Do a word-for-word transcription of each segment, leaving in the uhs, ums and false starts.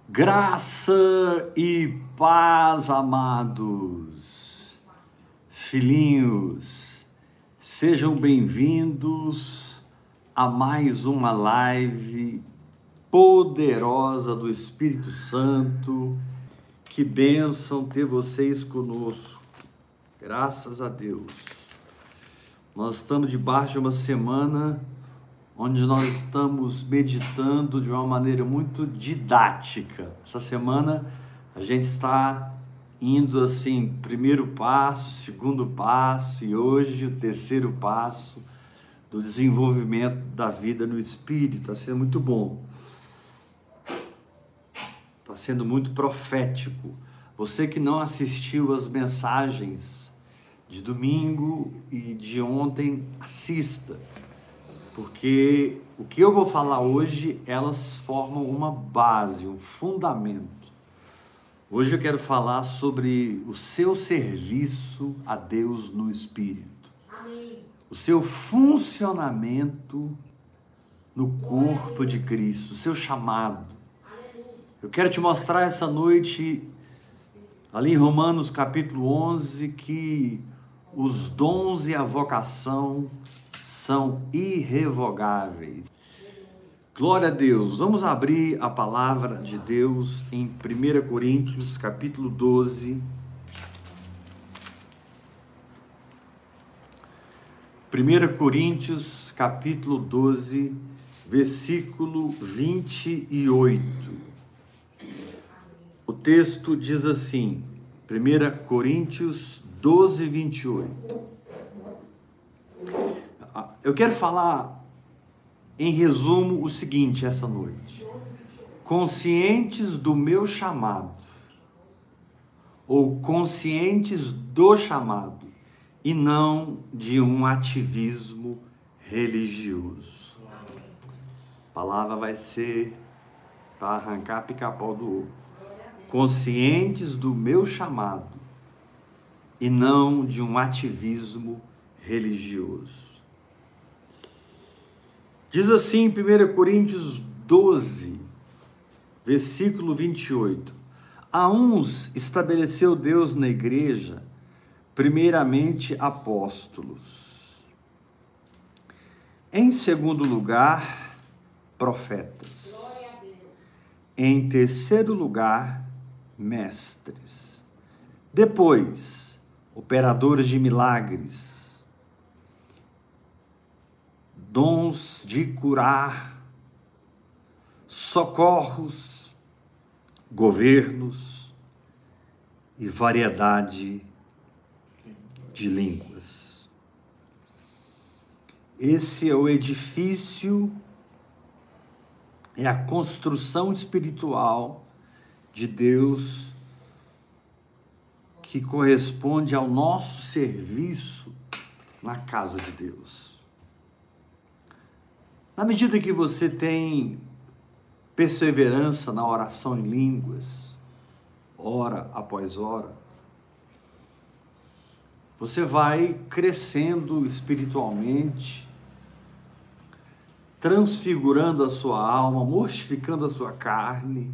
Graça e paz, amados, filhinhos, sejam bem-vindos a mais uma live poderosa do Espírito Santo. Que bênção ter vocês conosco, graças a Deus. Nós estamos debaixo de uma semana onde nós estamos meditando de uma maneira muito didática. Essa semana a gente está indo assim, primeiro passo, segundo passo e hoje o terceiro passo do desenvolvimento da vida no Espírito. Está sendo muito bom. Está sendo muito profético. Você que não assistiu as mensagens de domingo e de ontem, assista. Porque o que eu vou falar hoje, elas formam uma base, um fundamento. Hoje eu quero falar sobre o seu serviço a Deus no Espírito. Amém. O seu funcionamento no corpo de Cristo, o seu chamado. Eu quero te mostrar essa noite, ali em Romanos capítulo onze, que os dons e a vocação são irrevogáveis. Glória a Deus. Vamos abrir a palavra de Deus em primeira Coríntios, capítulo doze. primeira Coríntios, capítulo doze, versículo vinte e oito. O texto diz assim, primeira Coríntios doze, vinte e oito. Eu quero falar, em resumo, o seguinte essa noite. Conscientes do meu chamado, ou conscientes do chamado, e não de um ativismo religioso. A palavra vai ser para arrancar pica-pau do ovo. Conscientes do meu chamado, e não de um ativismo religioso. Diz assim em primeira Coríntios doze, versículo vinte e oito. A uns estabeleceu Deus na igreja, primeiramente apóstolos. Em segundo lugar, profetas. Em terceiro lugar, mestres. Depois, operadores de milagres, dons de curar, socorros, governos e variedade de línguas. Esse é o edifício, é a construção espiritual de Deus que corresponde ao nosso serviço na casa de Deus. Na medida que você tem perseverança na oração em línguas, hora após hora, você vai crescendo espiritualmente, transfigurando a sua alma, mortificando a sua carne,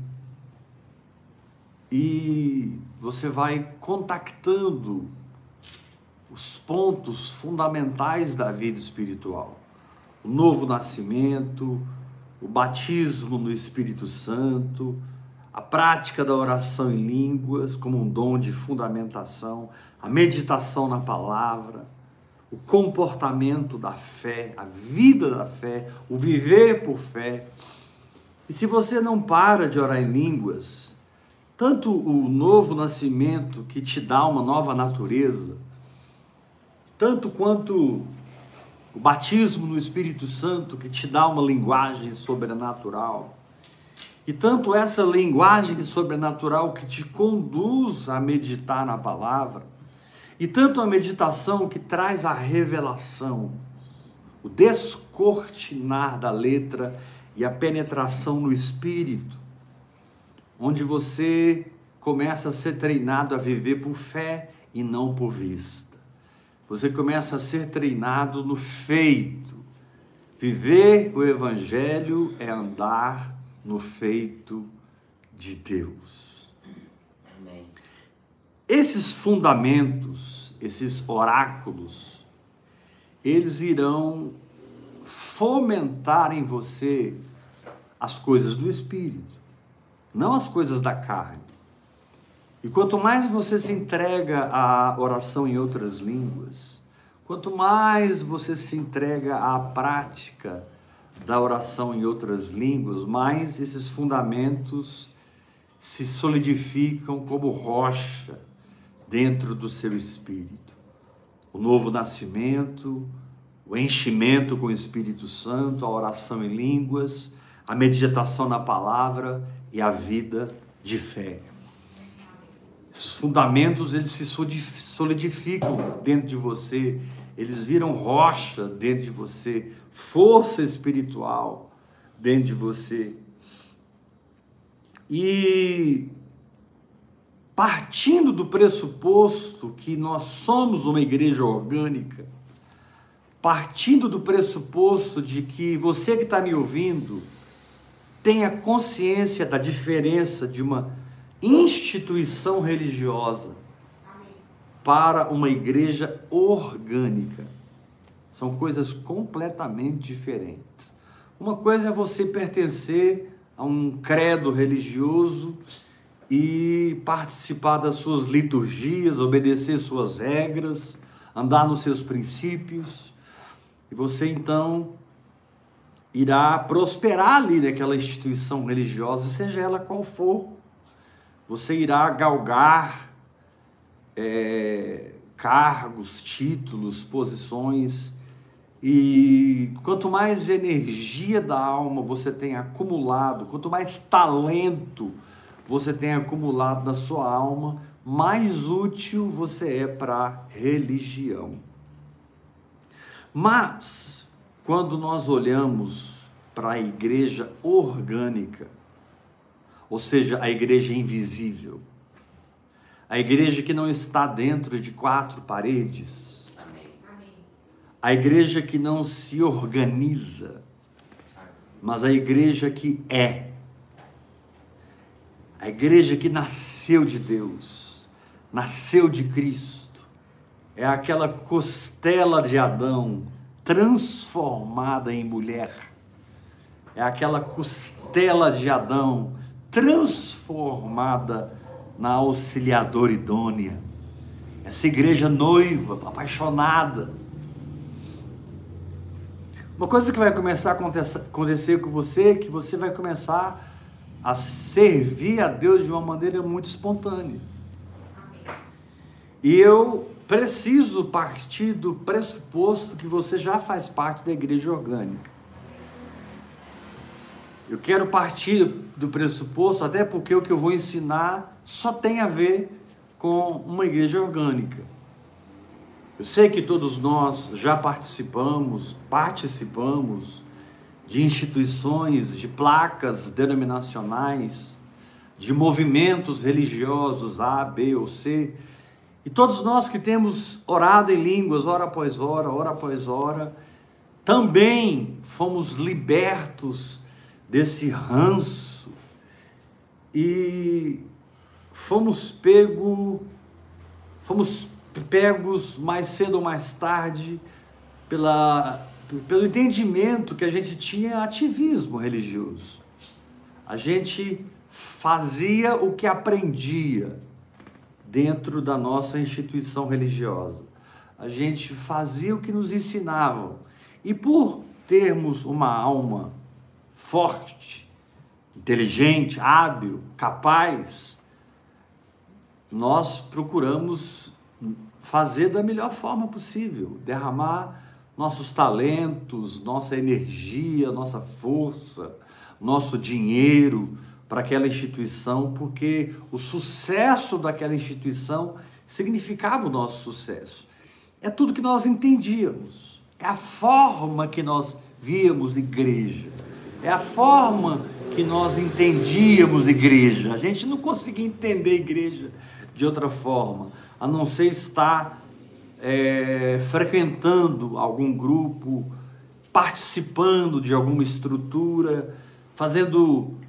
e você vai contactando os pontos fundamentais da vida espiritual. O novo nascimento, o batismo no Espírito Santo, a prática da oração em línguas como um dom de fundamentação, a meditação na palavra, o comportamento da fé, a vida da fé, o viver por fé. E se você não para de orar em línguas, tanto o novo nascimento que te dá uma nova natureza, tanto quanto o batismo no Espírito Santo, que te dá uma linguagem sobrenatural, e tanto essa linguagem sobrenatural que te conduz a meditar na palavra, e tanto a meditação que traz a revelação, o descortinar da letra e a penetração no Espírito, onde você começa a ser treinado a viver por fé e não por vista. Você começa a ser treinado no feito. Viver o Evangelho é andar no feito de Deus. Amém. Esses fundamentos, esses oráculos, eles irão fomentar em você as coisas do Espírito, não as coisas da carne. E quanto mais você se entrega à oração em outras línguas, quanto mais você se entrega à prática da oração em outras línguas, mais esses fundamentos se solidificam como rocha dentro do seu espírito. O novo nascimento, o enchimento com o Espírito Santo, a oração em línguas, a meditação na palavra e a vida de fé. Esses fundamentos, eles se solidificam dentro de você, eles viram rocha dentro de você, força espiritual dentro de você. E partindo do pressuposto que nós somos uma igreja orgânica, partindo do pressuposto de que você que está me ouvindo tenha consciência da diferença de uma instituição religiosa para uma igreja orgânica. São coisas completamente diferentes. Uma coisa é você pertencer a um credo religioso e participar das suas liturgias, obedecer suas regras, andar nos seus princípios, e você então irá prosperar ali naquela instituição religiosa, seja ela qual for. Você irá galgar é, cargos, títulos, posições, e quanto mais energia da alma você tem acumulado, quanto mais talento você tem acumulado na sua alma, mais útil você é para a religião. Mas, quando nós olhamos para a igreja orgânica, ou seja, a igreja invisível, a igreja que não está dentro de quatro paredes, Amém. a igreja que não se organiza, mas a igreja que é, a igreja que nasceu de Deus, nasceu de Cristo, é aquela costela de Adão transformada em mulher, é aquela costela de Adão transformada na auxiliadora idônea, essa igreja noiva, apaixonada. Uma coisa que vai começar a acontecer com você é que você vai começar a servir a Deus de uma maneira muito espontânea. E eu preciso partir do pressuposto que você já faz parte da igreja orgânica. Eu quero partir do pressuposto, até porque o que eu vou ensinar só tem a ver com uma igreja orgânica. Eu sei que todos nós já participamos, participamos de instituições, de placas denominacionais, de movimentos religiosos A, B ou C, e todos nós que temos orado em línguas, hora após hora, hora após hora, também fomos libertos desse ranço e fomos pego, fomos pegos mais cedo ou mais tarde pela, pelo entendimento que a gente tinha ativismo religioso. A gente fazia o que aprendia dentro da nossa instituição religiosa. A gente fazia o que nos ensinavam. E por termos uma alma forte, inteligente, hábil, capaz, nós procuramos fazer da melhor forma possível, derramar nossos talentos, nossa energia, nossa força, nosso dinheiro para aquela instituição, porque o sucesso daquela instituição significava o nosso sucesso. É tudo que nós entendíamos, é a forma que nós víamos igreja, é a forma que nós entendíamos igreja. A gente não conseguia entender igreja de outra forma, a não ser estar é, frequentando algum grupo, participando de alguma estrutura, fazendo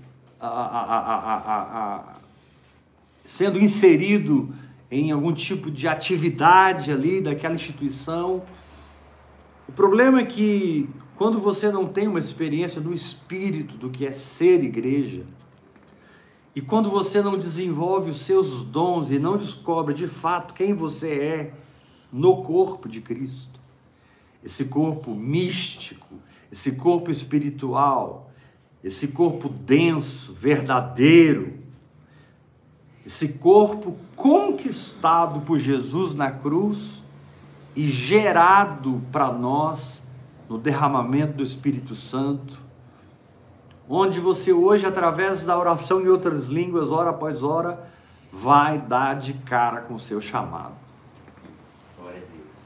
a, a, a, a, a, sendo inserido em algum tipo de atividade ali daquela instituição. O problema é que quando você não tem uma experiência do espírito do que é ser igreja, e quando você não desenvolve os seus dons e não descobre de fato quem você é no corpo de Cristo, esse corpo místico, esse corpo espiritual, esse corpo denso, verdadeiro, esse corpo conquistado por Jesus na cruz e gerado para nós no derramamento do Espírito Santo, onde você hoje, através da oração em outras línguas, hora após hora, vai dar de cara com o seu chamado. Glória a Deus.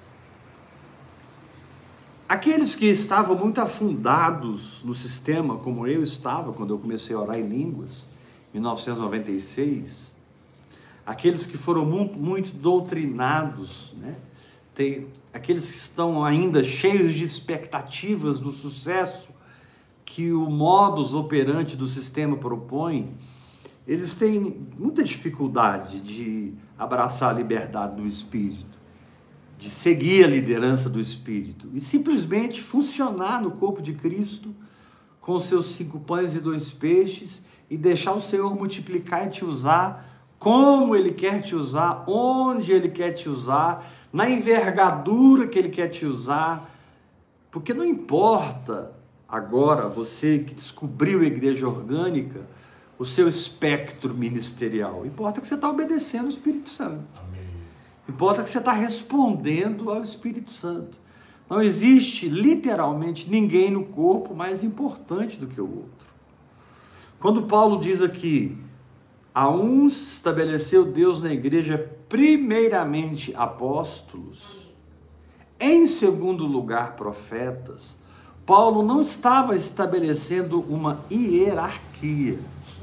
Aqueles que estavam muito afundados no sistema, como eu estava quando eu comecei a orar em línguas, em mil novecentos e noventa e seis, aqueles que foram muito, muito doutrinados, né? Tem aqueles que estão ainda cheios de expectativas do sucesso que o modus operandi do sistema propõe, eles têm muita dificuldade de abraçar a liberdade do Espírito, de seguir a liderança do Espírito e simplesmente funcionar no corpo de Cristo com seus cinco pães e dois peixes e deixar o Senhor multiplicar e te usar como Ele quer te usar, onde Ele quer te usar, na envergadura que Ele quer te usar, porque não importa agora, você que descobriu a igreja orgânica, o seu espectro ministerial, importa que você está obedecendo ao Espírito Santo. Amém. Importa que você está respondendo ao Espírito Santo. Não existe literalmente ninguém no corpo mais importante do que o outro. Quando Paulo diz aqui, a uns estabeleceu Deus na igreja primeiramente apóstolos, em segundo lugar profetas, Paulo não estava estabelecendo uma hierarquia.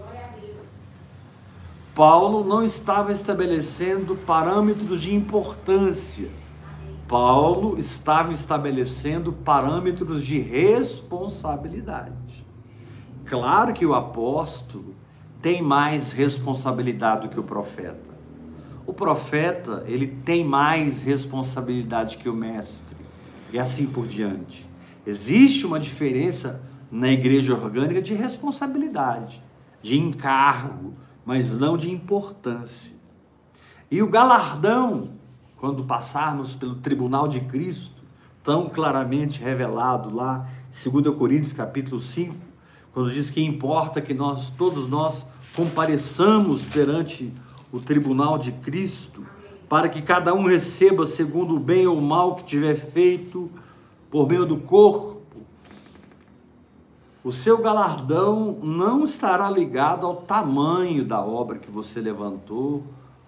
Paulo não estava estabelecendo parâmetros de importância. Paulo estava estabelecendo parâmetros de responsabilidade. Claro que o apóstolo tem mais responsabilidade do que o profeta. O profeta, ele tem mais responsabilidade que o mestre, e assim por diante. Existe uma diferença na igreja orgânica de responsabilidade, de encargo, mas não de importância. E o galardão, quando passarmos pelo tribunal de Cristo, tão claramente revelado lá em dois Coríntios capítulo cinco, quando diz que importa que nós, todos nós, compareçamos perante o tribunal de Cristo, para que cada um receba segundo o bem ou o mal que tiver feito por meio do corpo. O seu galardão não estará ligado ao tamanho da obra que você levantou.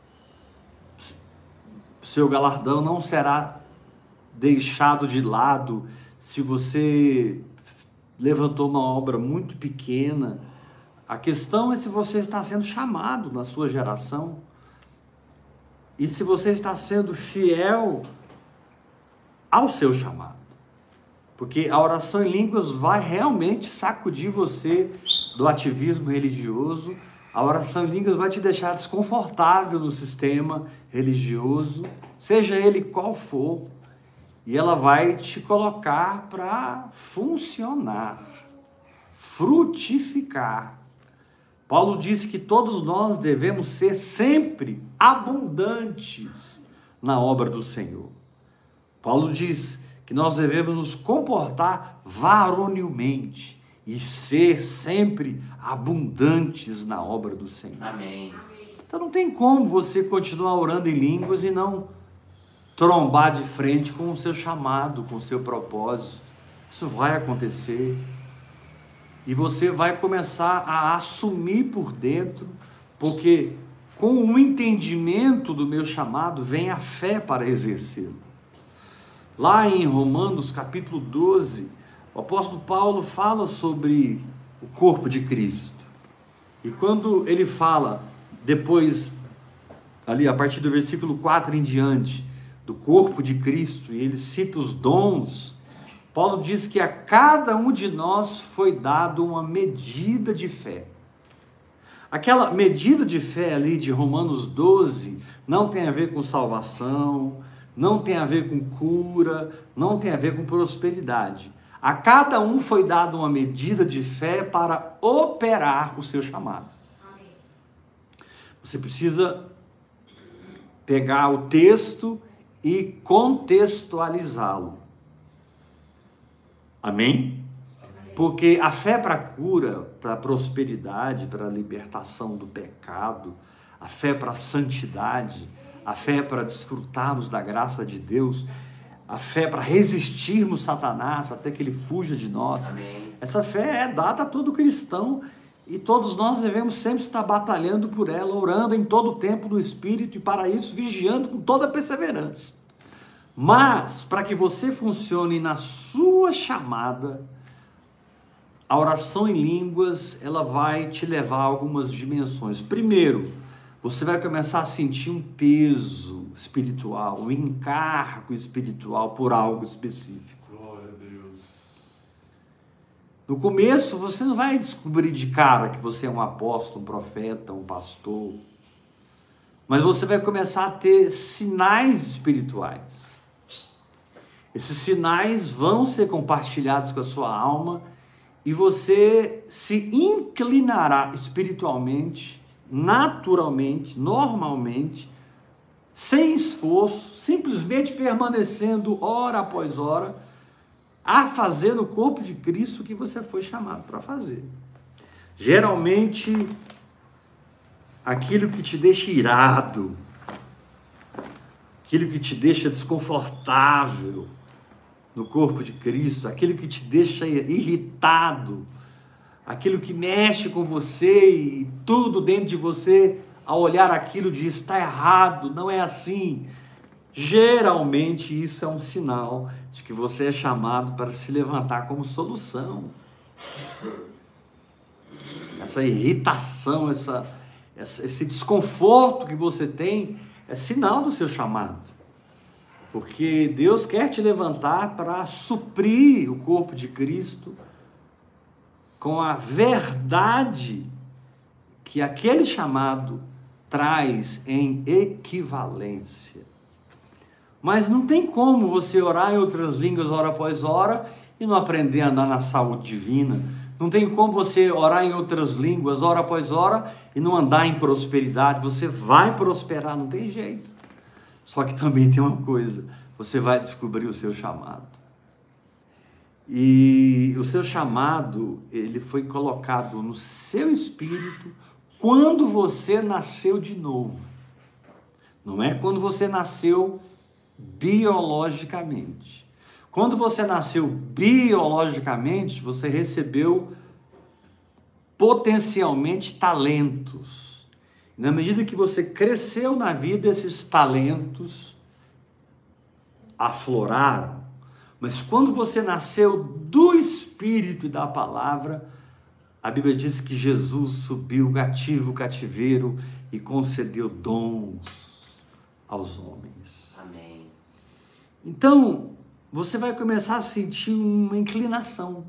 O seu galardão não será deixado de lado se você levantou uma obra muito pequena. A questão é se você está sendo chamado na sua geração e se você está sendo fiel ao seu chamado. Porque a oração em línguas vai realmente sacudir você do ativismo religioso. A oração em línguas vai te deixar desconfortável no sistema religioso, seja ele qual for. E ela vai te colocar para funcionar, frutificar. Paulo diz que todos nós devemos ser sempre abundantes na obra do Senhor. Paulo diz que nós devemos nos comportar varonilmente e ser sempre abundantes na obra do Senhor. Amém. Então não tem como você continuar orando em línguas e não trombar de frente com o seu chamado, com o seu propósito. Isso vai acontecer. E você vai começar a assumir por dentro, porque com o entendimento do meu chamado vem a fé para exercê-lo. Lá em Romanos capítulo doze, o apóstolo Paulo fala sobre o corpo de Cristo. E quando ele fala, depois, ali a partir do versículo quatro em diante, do corpo de Cristo, e ele cita os dons, Paulo diz que a cada um de nós foi dado uma medida de fé. Aquela medida de fé ali de Romanos doze não tem a ver com salvação, não tem a ver com cura, não tem a ver com prosperidade. A cada um foi dada uma medida de fé para operar o seu chamado. Você precisa pegar o texto e contextualizá-lo. Amém? Porque a fé para a cura, para a prosperidade, para a libertação do pecado, a fé para a santidade, a fé para desfrutarmos da graça de Deus, a fé para resistirmos Satanás até que ele fuja de nós. Amém. Essa fé é dada a todo cristão e todos nós devemos sempre estar batalhando por ela, orando em todo o tempo no Espírito e para isso vigiando com toda perseverança. Mas, para que você funcione na sua chamada, a oração em línguas, ela vai te levar a algumas dimensões. Primeiro, você vai começar a sentir um peso espiritual, um encargo espiritual por algo específico. Glória a Deus. No começo, você não vai descobrir de cara que você é um apóstolo, um profeta, um pastor, mas você vai começar a ter sinais espirituais. Esses sinais vão ser compartilhados com a sua alma e você se inclinará espiritualmente, naturalmente, normalmente, sem esforço, simplesmente permanecendo hora após hora, a fazer no corpo de Cristo o que você foi chamado para fazer. Geralmente, aquilo que te deixa irado, aquilo que te deixa desconfortável no corpo de Cristo, aquilo que te deixa irritado, aquilo que mexe com você e tudo dentro de você, ao olhar aquilo diz, está errado, não é assim. Geralmente isso é um sinal de que você é chamado para se levantar como solução. Essa irritação, essa, essa, esse desconforto que você tem é sinal do seu chamado. Porque Deus quer te levantar para suprir o corpo de Cristo com a verdade que aquele chamado traz em equivalência. Mas não tem como você orar em outras línguas hora após hora e não aprender a andar na saúde divina. Não tem como você orar em outras línguas hora após hora e não andar em prosperidade. Você vai prosperar, não tem jeito. Só que também tem uma coisa, você vai descobrir o seu chamado. E o seu chamado, ele foi colocado no seu espírito quando você nasceu de novo. Não é quando você nasceu biologicamente. Quando você nasceu biologicamente, você recebeu potencialmente talentos. Na medida que você cresceu na vida, esses talentos afloraram. Mas quando você nasceu do Espírito e da Palavra, a Bíblia diz que Jesus subiu cativo, cativeiro e concedeu dons aos homens. Amém. Então, você vai começar a sentir uma inclinação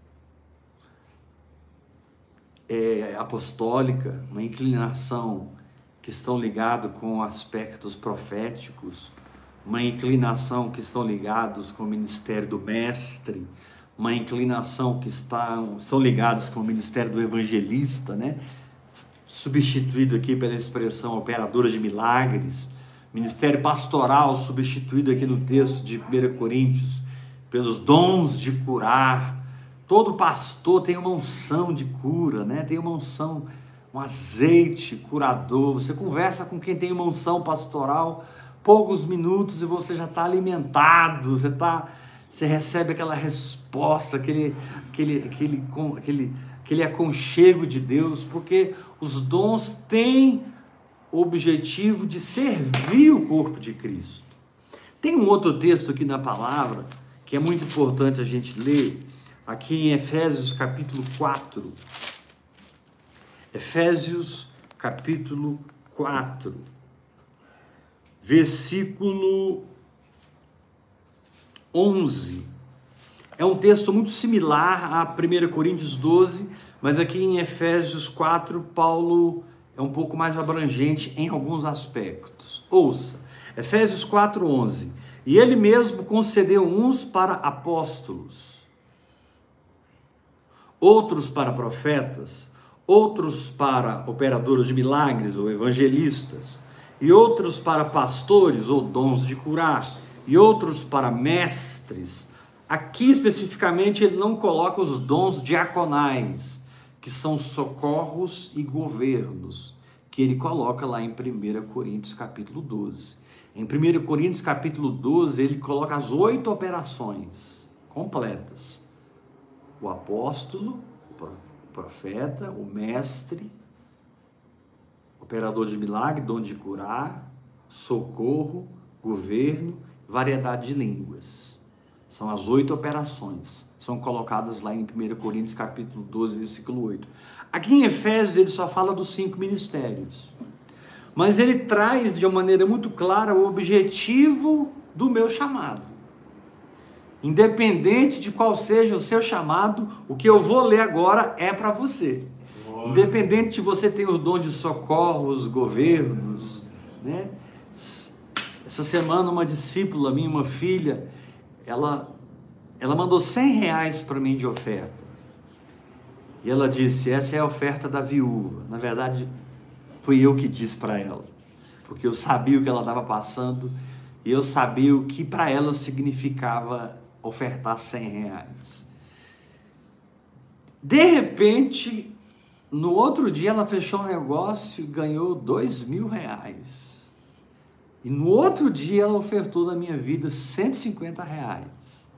é, apostólica, uma inclinação que estão ligados com aspectos proféticos, uma inclinação que estão ligados com o ministério do mestre, uma inclinação que estão, estão ligados com o ministério do evangelista, né? Substituído aqui pela expressão operadora de milagres, ministério pastoral substituído aqui no texto de primeira Coríntios, pelos dons de curar. Todo pastor tem uma unção de cura, né? Tem uma unção, um azeite curador. Você conversa com quem tem uma unção pastoral, poucos minutos e você já está alimentado, você, tá, você recebe aquela resposta, aquele, aquele, aquele, aquele, aquele aconchego de Deus, porque os dons têm o objetivo de servir o corpo de Cristo. Tem um outro texto aqui na palavra que é muito importante a gente ler, aqui em Efésios capítulo quatro. Efésios capítulo quatro, versículo onze. É um texto muito similar a primeira Coríntios doze, Mas aqui em Efésios quatro, Paulo é um pouco mais abrangente em alguns aspectos. Ouça, Efésios quatro, onze. E ele mesmo concedeu uns para apóstolos, outros para profetas, outros para operadores de milagres ou evangelistas, e outros para pastores ou dons de curar, e outros para mestres. Aqui especificamente ele não coloca os dons diaconais, que são socorros e governos, que ele coloca lá em primeira Coríntios capítulo doze. Em primeira Coríntios capítulo doze, ele coloca as oito operações completas. O apóstolo, o profeta, o mestre, operador de milagre, dom de curar, socorro, governo, variedade de línguas. São as oito operações. São colocadas lá em primeira Coríntios capítulo doze, versículo oito. Aqui em Efésios ele só fala dos cinco ministérios. Mas ele traz de uma maneira muito clara o objetivo do meu chamado. Independente de qual seja o seu chamado, o que eu vou ler agora é para você. Independente de você ter o dom de socorro, os governos, né? Essa semana uma discípula minha, uma filha, ela, ela mandou cem reais para mim de oferta. E ela disse, essa é a oferta da viúva. Na verdade, fui eu que disse para ela, porque eu sabia o que ela estava passando e eu sabia o que para ela significava ofertar cem reais. De repente, no outro dia ela fechou um negócio e ganhou dois mil reais. E no outro dia ela ofertou na minha vida cento e cinquenta reais.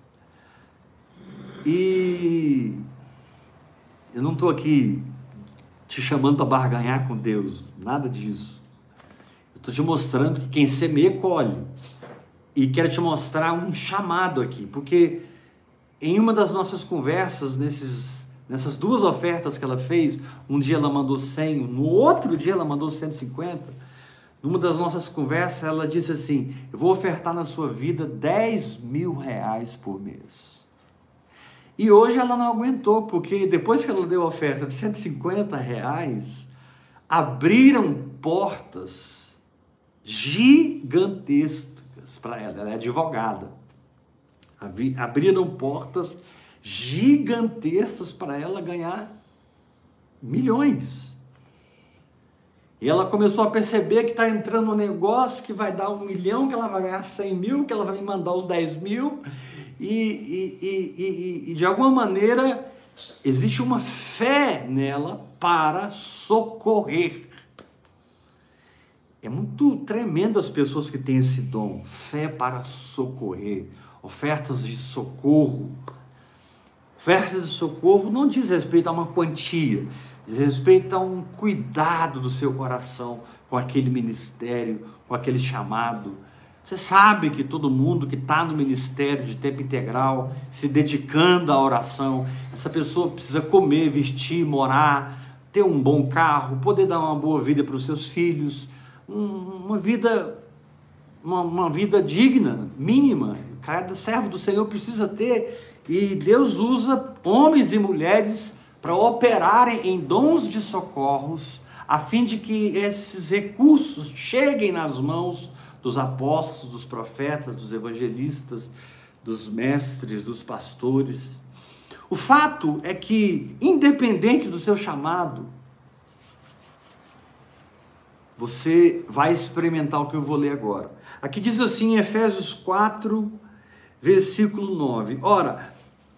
E eu não estou aqui te chamando para barganhar com Deus, nada disso. Eu estou te mostrando que quem semeia, colhe. E quero te mostrar um chamado aqui, porque em uma das nossas conversas, nesses, nessas duas ofertas que ela fez, um dia ela mandou cem, no outro dia ela mandou cento e cinquenta, numa das nossas conversas ela disse assim, eu vou ofertar na sua vida dez mil reais por mês. E hoje ela não aguentou, porque depois que ela deu a oferta de cento e cinquenta reais, abriram portas gigantescas para ela. Ela é advogada. Abriram portas gigantescas para ela ganhar milhões. E ela começou a perceber que está entrando um negócio que vai dar um milhão, que ela vai ganhar cem mil, que ela vai me mandar os dez mil. E, e, e, e, e de alguma maneira existe uma fé nela para socorrer. É muito tremendo as pessoas que têm esse dom, fé para socorrer, ofertas de socorro. Oferta de socorro não diz respeito a uma quantia, diz respeito a um cuidado do seu coração com aquele ministério, com aquele chamado. Você sabe que todo mundo que está no ministério de tempo integral, se dedicando à oração, essa pessoa precisa comer, vestir, morar, ter um bom carro, poder dar uma boa vida para os seus filhos, uma vida, uma, uma vida digna, mínima. Cada servo do Senhor precisa ter, e Deus usa homens e mulheres para operarem em dons de socorros, a fim de que esses recursos cheguem nas mãos dos apóstolos, dos profetas, dos evangelistas, dos mestres, dos pastores. O fato é que, independente do seu chamado, você vai experimentar o que eu vou ler agora. Aqui diz assim em Efésios quatro, versículo nove. Ora,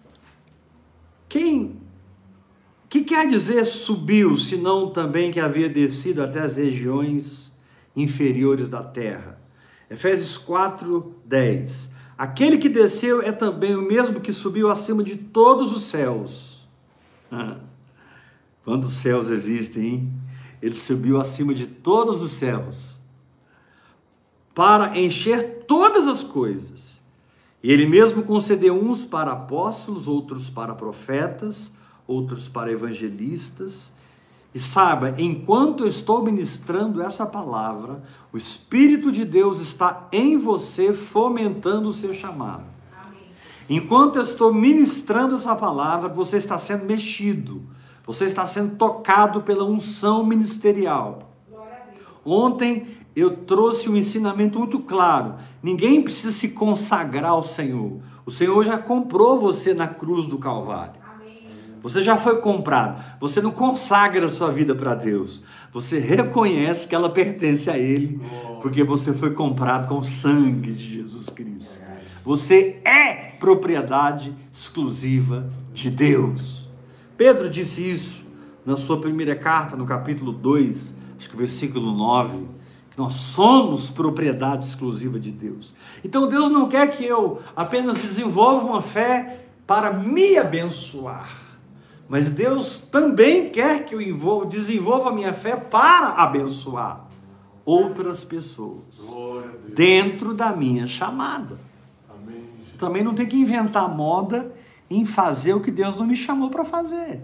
quem, que quer dizer subiu, senão também que havia descido até as regiões inferiores da terra? Efésios quatro, dez. Aquele que desceu é também o mesmo que subiu acima de todos os céus. Quantos céus existem, hein? Ele subiu acima de todos os céus para encher todas as coisas. E ele mesmo concedeu uns para apóstolos, outros para profetas, outros para evangelistas. E saiba, enquanto eu estou ministrando essa palavra, o Espírito de Deus está em você fomentando o seu chamado. Amém. Enquanto eu estou ministrando essa palavra, você está sendo mexido, Você está sendo tocado pela unção ministerial. Ontem eu trouxe um ensinamento muito claro. Ninguém precisa se consagrar ao Senhor. O Senhor já comprou você na cruz do Calvário. Você já foi comprado. Você não consagra a sua vida para Deus. Você reconhece que ela pertence a Ele, porque você foi comprado com o sangue de Jesus Cristo. Você é propriedade exclusiva de Deus. Pedro disse isso na sua primeira carta, no capítulo dois, acho que versículo nove, que nós somos propriedade exclusiva de Deus. Então Deus não quer que eu apenas desenvolva uma fé para me abençoar, mas Deus também quer que eu envolva, desenvolva a minha fé para abençoar outras pessoas dentro da minha chamada. Amém. Também não tem que inventar moda em fazer o que Deus não me chamou para fazer.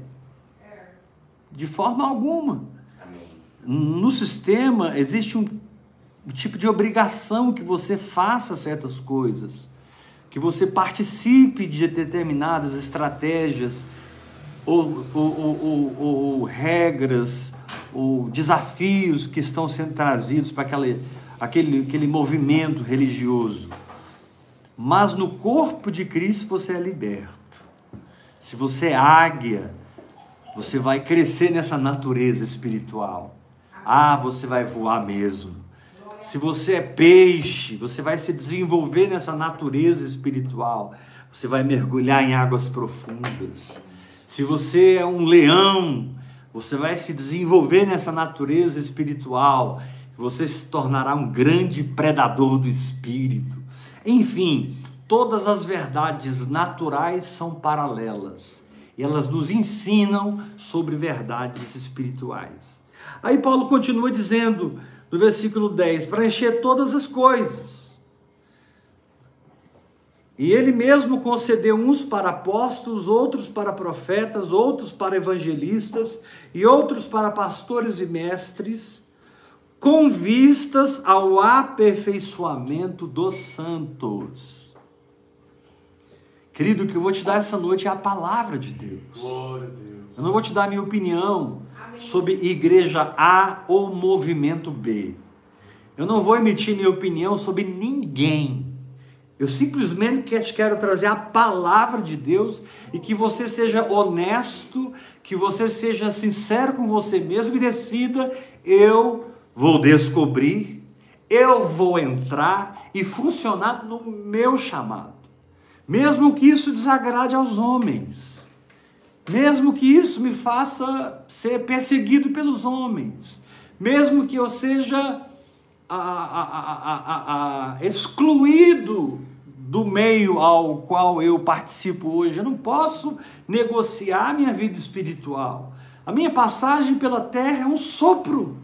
De forma alguma. Amém. No sistema existe um, um tipo de obrigação que você faça certas coisas, que você participe de determinadas estratégias, ou, ou, ou, ou, ou regras, ou desafios que estão sendo trazidos para aquele, aquele, aquele movimento religioso. Mas no corpo de Cristo você é liberto. Se você é águia, você vai crescer nessa natureza espiritual. Ah, você vai voar mesmo. Se você é peixe, você vai se desenvolver nessa natureza espiritual. Você vai mergulhar em águas profundas. Se você é um leão, você vai se desenvolver nessa natureza espiritual. Você se tornará um grande predador do espírito. Enfim, todas as verdades naturais são paralelas. E elas nos ensinam sobre verdades espirituais. Aí Paulo continua dizendo, no versículo dez, para encher todas as coisas. E ele mesmo concedeu uns para apóstolos, outros para profetas, outros para evangelistas e outros para pastores e mestres, com vistas ao aperfeiçoamento dos santos. Querido, o que eu vou te dar essa noite é a palavra de Deus. Glória a Deus. Eu não vou te dar a minha opinião Amém. Sobre igreja A ou movimento B. Eu não vou emitir minha opinião sobre ninguém. Eu simplesmente quero trazer a palavra de Deus e que você seja honesto, que você seja sincero com você mesmo e decida, eu vou descobrir, eu vou entrar e funcionar no meu chamado. Mesmo que isso desagrade aos homens, mesmo que isso me faça ser perseguido pelos homens, mesmo que eu seja a, a, a, a, a, excluído do meio ao qual eu participo hoje, eu não posso negociar a minha vida espiritual. A minha passagem pela terra é um sopro.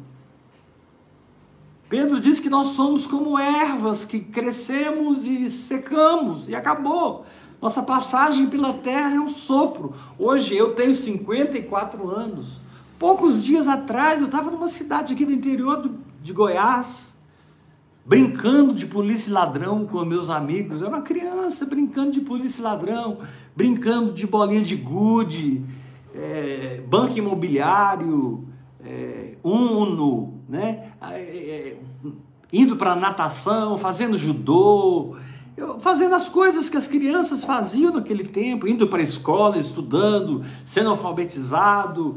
Pedro diz que nós somos como ervas, que crescemos e secamos, e acabou. Nossa passagem pela terra é um sopro. Hoje eu tenho cinquenta e quatro anos. Poucos dias atrás eu estava numa cidade aqui do interior do, de Goiás, brincando de polícia e ladrão com meus amigos. Eu era uma criança brincando de polícia e ladrão, brincando de bolinha de gude, é, banco imobiliário, é, Uno, né? É, é, indo para natação, fazendo judô, eu, fazendo as coisas que as crianças faziam naquele tempo, indo para a escola, estudando, sendo alfabetizado.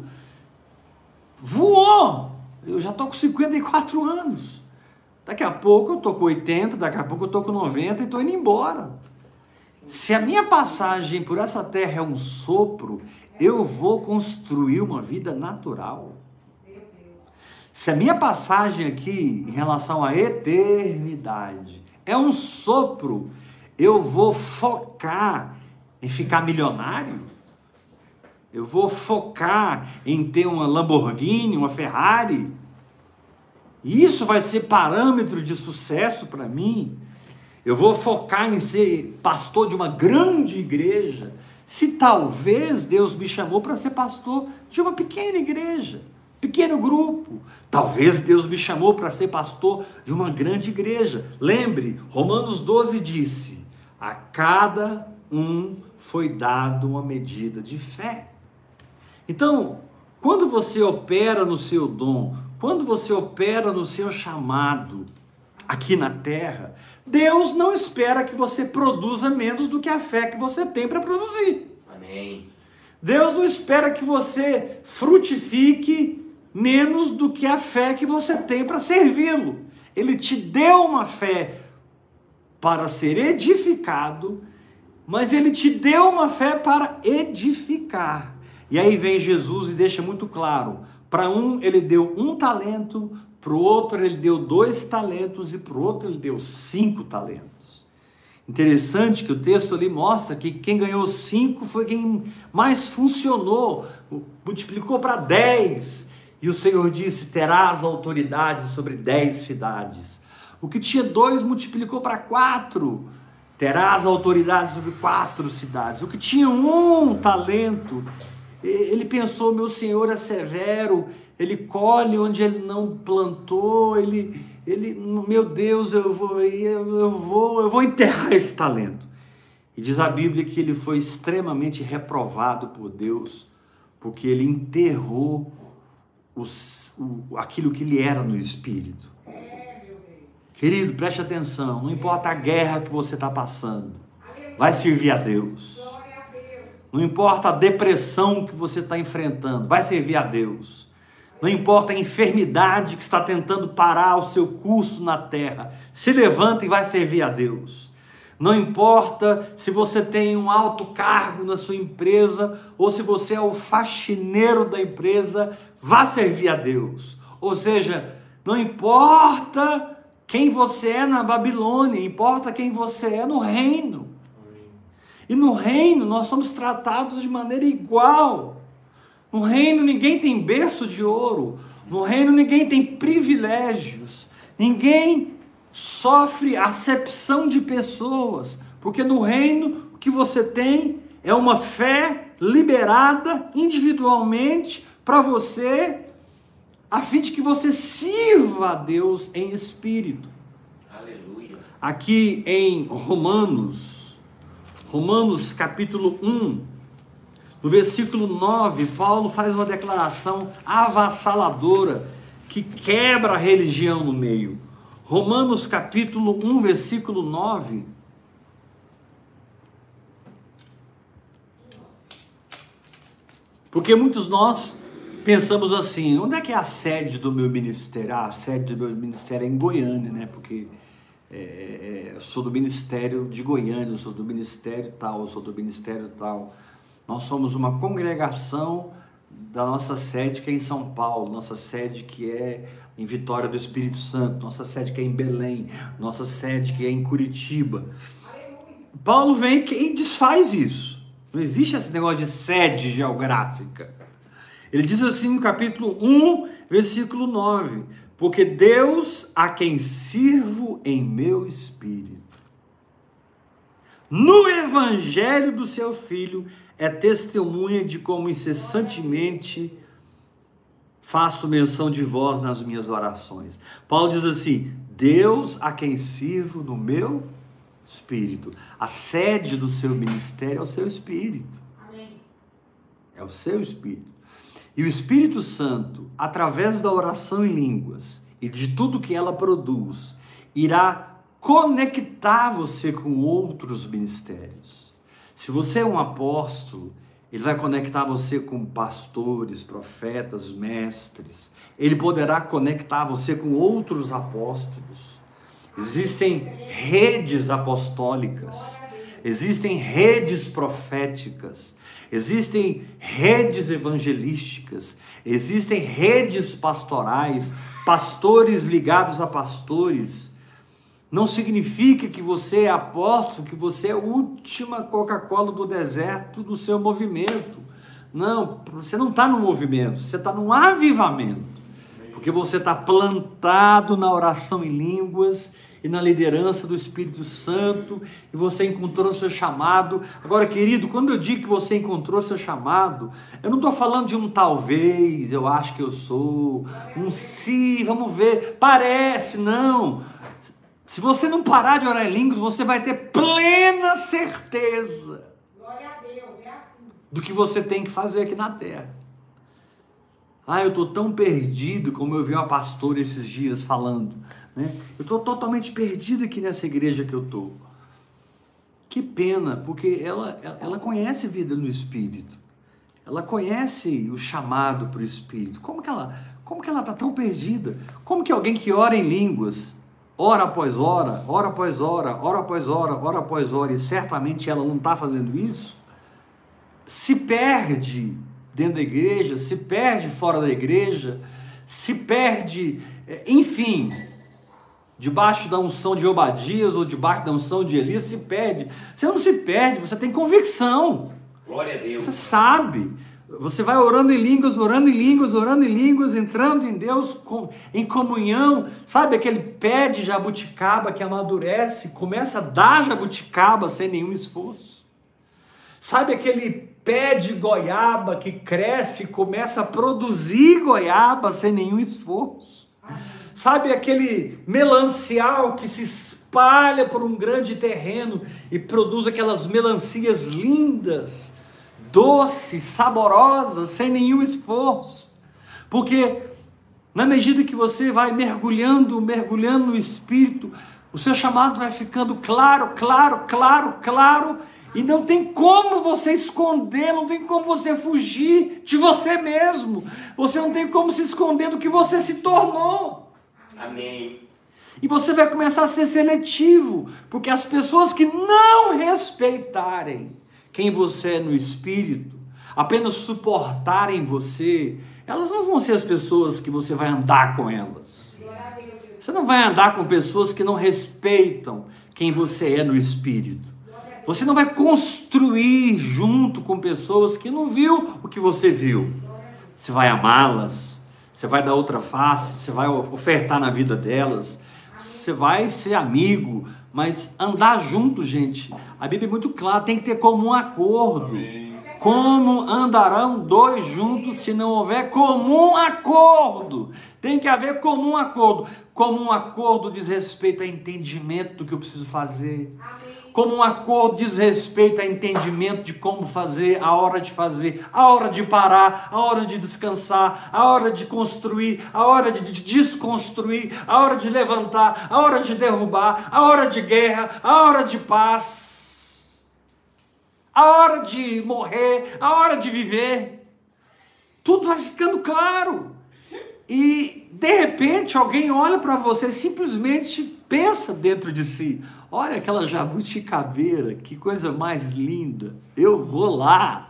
Voou! Eu já estou com cinquenta e quatro anos. Daqui a pouco eu estou com oitenta, daqui a pouco eu estou com noventa e estou indo embora. Se a minha passagem por essa terra é um sopro, eu vou construir uma vida natural. Se a minha passagem aqui, em relação à eternidade, é um sopro, eu vou focar em ficar milionário? Eu vou focar em ter uma Lamborghini, uma Ferrari? Isso vai ser parâmetro de sucesso para mim? Eu vou focar em ser pastor de uma grande igreja? Se talvez Deus me chamou para ser pastor de uma pequena igreja, pequeno grupo. Talvez Deus me chamou para ser pastor de uma grande igreja. Lembre, Romanos doze disse, a cada um foi dado uma medida de fé. Então, Quando você opera no seu dom, quando você opera no seu chamado aqui na terra, Deus não espera que você produza menos do que a fé que você tem para produzir. Amém. Deus não espera que você frutifique menos do que a fé que você tem para servi-lo. Ele te deu uma fé para ser edificado, mas ele te deu uma fé para edificar. E aí vem Jesus e deixa muito claro, para um ele deu um talento, para o outro ele deu dois talentos e para o outro ele deu cinco talentos. Interessante que o texto ali mostra que quem ganhou cinco foi quem mais funcionou, multiplicou para dez, e o Senhor disse, terás autoridade sobre dez cidades. O que tinha dois multiplicou para quatro, terás autoridade sobre quatro cidades. O que tinha um talento, ele pensou, meu Senhor é severo, ele colhe onde ele não plantou, ele, ele meu Deus, eu vou, eu, eu, vou, eu vou enterrar esse talento. E diz a Bíblia que ele foi extremamente reprovado por Deus, porque ele enterrou os, o, aquilo que ele era no Espírito. Querido, preste atenção, não importa a guerra que você está passando, vai servir a Deus. Não importa a depressão que você está enfrentando, vai servir a Deus. Não importa a enfermidade que está tentando parar o seu curso na terra, se levanta e vai servir a Deus. Não importa se você tem um alto cargo na sua empresa, ou se você é o faxineiro da empresa, vá servir a Deus. Ou seja, não importa quem você é na Babilônia, importa quem você é no reino. E no reino nós somos tratados de maneira igual. No reino ninguém tem berço de ouro. No reino ninguém tem privilégios. Ninguém sofre acepção de pessoas. Porque no reino o que você tem é uma fé liberada individualmente para você, a fim de que você sirva a Deus em espírito. Aleluia. Aqui em Romanos, Romanos capítulo um, no versículo nove, Paulo faz uma declaração avassaladora que quebra a religião no meio. Romanos capítulo um, versículo nove. Porque muitos de nós pensamos assim, onde é que é a sede do meu ministério? Ah, a sede do meu ministério é em Goiânia, né? Porque é, é, eu sou do ministério de Goiânia, eu sou do ministério tal, eu sou do ministério tal. Nós somos uma congregação da nossa sede que é em São Paulo, nossa sede que é em Vitória do Espírito Santo, nossa sede que é em Belém, nossa sede que é em Curitiba. Paulo vem e desfaz isso. Não existe esse negócio de sede geográfica. Ele diz assim no capítulo um, versículo nove, porque Deus a quem sirvo em meu espírito, no evangelho do seu Filho, é testemunha de como incessantemente faço menção de vós nas minhas orações. Paulo diz assim, Deus a quem sirvo no meu espírito. A sede do seu ministério é o seu espírito. Amém. É o seu espírito. E o Espírito Santo, através da oração em línguas e de tudo que ela produz, irá conectar você com outros ministérios. Se você é um apóstolo, ele vai conectar você com pastores, profetas, mestres. Ele poderá conectar você com outros apóstolos. Existem redes apostólicas, existem redes proféticas, existem redes evangelísticas, existem redes pastorais, pastores ligados a pastores. Não significa que você é apóstolo, que você é a última Coca-Cola do deserto do seu movimento. Não, você não está no movimento, você está num avivamento. Porque você está plantado na oração em línguas e na liderança do Espírito Santo, e você encontrou seu chamado. Agora, querido, quando eu digo que você encontrou seu chamado, eu não estou falando de um talvez, eu acho que eu sou, um se, vamos ver, parece, não. Se você não parar de orar em línguas, você vai ter plena certeza do que você tem que fazer aqui na terra. Ah, eu estou tão perdido, como eu vi uma pastora esses dias falando, né? Eu estou totalmente perdido aqui nessa igreja que eu estou. Que pena, porque ela, ela conhece vida no Espírito. Ela conhece o chamado para o Espírito. Como que ela como que ela está tão perdida? Como que alguém que ora em línguas, hora após hora, hora após hora, hora após hora, hora após hora, e certamente ela não está fazendo isso, se perde dentro da igreja, se perde fora da igreja, se perde, enfim, debaixo da unção de Obadias ou debaixo da unção de Elias, se perde. Você não se perde, você tem convicção. Glória a Deus. Você sabe, você vai orando em línguas, orando em línguas, orando em línguas, entrando em Deus, com, em comunhão. Sabe aquele pé de jabuticaba que amadurece, começa a dar jabuticaba sem nenhum esforço? Sabe aquele pé de goiaba que cresce e começa a produzir goiaba sem nenhum esforço? Sabe aquele melancial que se espalha por um grande terreno e produz aquelas melancias lindas, doces, saborosas, sem nenhum esforço? Porque na medida que você vai mergulhando, mergulhando no Espírito, o seu chamado vai ficando claro, claro, claro, claro, e não tem como você esconder, não tem como você fugir de você mesmo, você não tem como se esconder do que você se tornou. Amém. E você vai começar a ser seletivo, porque as pessoas que não respeitarem quem você é no Espírito, apenas suportarem você, elas não vão ser as pessoas que você vai andar com elas. Você não vai andar com pessoas que não respeitam quem você é no Espírito. Você não vai construir junto com pessoas que não viu o que você viu. Você vai amá-las, você vai dar outra face, você vai ofertar na vida delas, você vai ser amigo, mas andar junto, gente, a Bíblia é muito clara, tem que ter comum acordo. Amém. Como andarão dois juntos se não houver comum acordo? Tem que haver comum acordo. Comum acordo diz respeito a entendimento do que eu preciso fazer. Amém. Como um acordo diz respeito a entendimento de como fazer, a hora de fazer, a hora de parar, a hora de descansar, a hora de construir, a hora de desconstruir, a hora de levantar, a hora de derrubar, a hora de guerra, a hora de paz, a hora de morrer, a hora de viver. Tudo vai ficando claro. E de repente alguém olha para você e simplesmente pensa dentro de si: olha aquela jabuticabeira, que coisa mais linda, eu vou lá.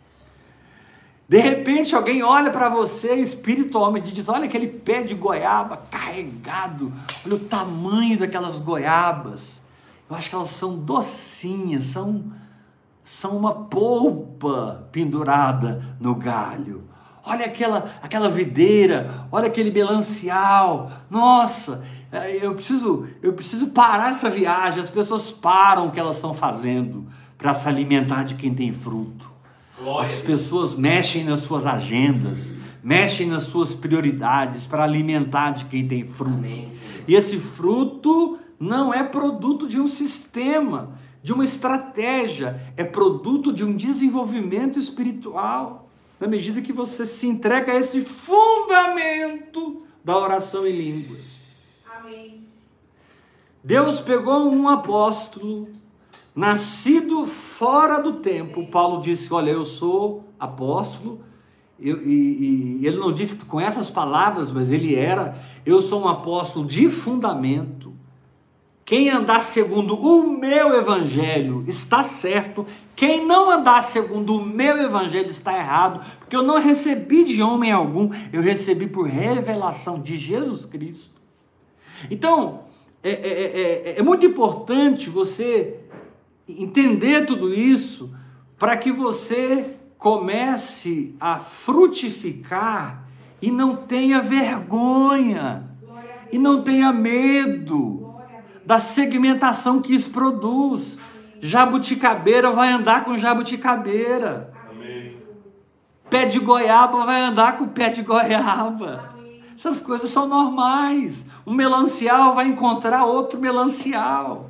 De repente alguém olha para você espiritualmente e diz: olha aquele pé de goiaba carregado, olha o tamanho daquelas goiabas, eu acho que elas são docinhas, são, são uma polpa pendurada no galho. Olha aquela, aquela videira, olha aquele melancial, nossa, eu preciso, eu preciso parar essa viagem. As pessoas param o que elas estão fazendo para se alimentar de quem tem fruto. Glória. As pessoas mexem nas suas agendas, mexem nas suas prioridades para alimentar de quem tem fruto. Amém. E esse fruto não é produto de um sistema, de uma estratégia, é produto de um desenvolvimento espiritual. Na medida que você se entrega a esse fundamento da oração em línguas. Amém. Deus pegou um apóstolo, nascido fora do tempo. Paulo disse: olha, eu sou apóstolo, eu, e, e ele não disse com essas palavras, mas ele era: eu sou um apóstolo de fundamento. Quem andar segundo o meu evangelho está certo, quem não andar segundo o meu evangelho está errado, porque eu não recebi de homem algum, eu recebi por revelação de Jesus Cristo. Então, é, é, é, é muito importante você entender tudo isso, para que você comece a frutificar e não tenha vergonha, e não tenha medo da segmentação que isso produz. Jabuticabeira vai andar com jabuticabeira. Amém. Pé de goiaba vai andar com pé de goiaba. Amém. Essas coisas são normais. Um melancial vai encontrar outro melancial.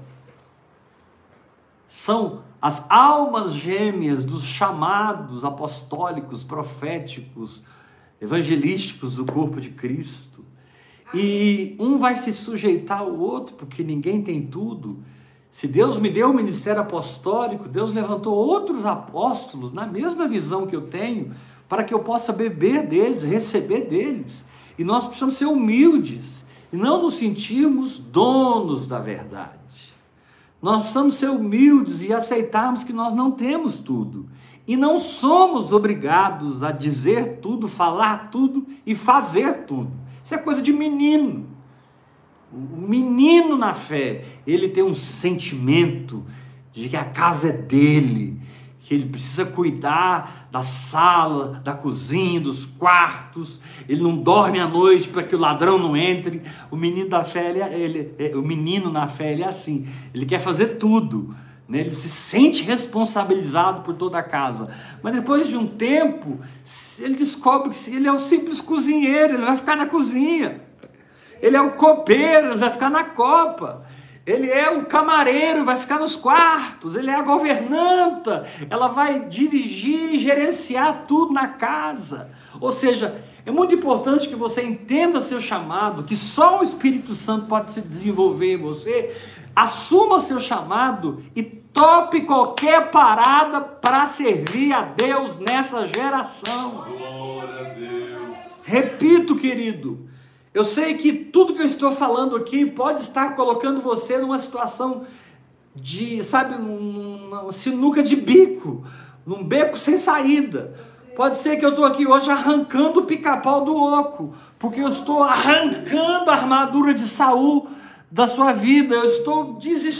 São as almas gêmeas dos chamados apostólicos, proféticos, evangelísticos do corpo de Cristo. E um vai se sujeitar ao outro, porque ninguém tem tudo. Se Deus me deu o ministério apostólico, Deus levantou outros apóstolos na mesma visão que eu tenho, para que eu possa beber deles, receber deles. E nós precisamos ser humildes e não nos sentirmos donos da verdade. Nós precisamos ser humildes e aceitarmos que nós não temos tudo. E não somos obrigados a dizer tudo, falar tudo e fazer tudo. Isso é coisa de menino. O menino na fé, ele tem um sentimento de que a casa é dele, que ele precisa cuidar da sala, da cozinha, dos quartos. Ele não dorme à noite para que o ladrão não entre. O menino da fé, ele, ele, o menino na fé, ele é assim. Ele quer fazer tudo, né? Ele se sente responsabilizado por toda a casa. Mas depois de um tempo, ele descobre que ele é um simples cozinheiro. Ele vai ficar na cozinha. Ele é o copeiro, ele vai ficar na copa. Ele é o camareiro, vai ficar nos quartos. Ele é a governanta, ela vai dirigir, gerenciar tudo na casa. Ou seja, é muito importante que você entenda seu chamado, que só o Espírito Santo pode se desenvolver em você. Assuma seu chamado e tope qualquer parada para servir a Deus nessa geração. Glória a Deus. Repito, querido, eu sei que tudo que eu estou falando aqui pode estar colocando você numa situação de, sabe, numa sinuca de bico, num beco sem saída. Pode ser que eu estou aqui hoje arrancando o pica-pau do oco, porque eu estou arrancando a armadura de Saul da sua vida, eu estou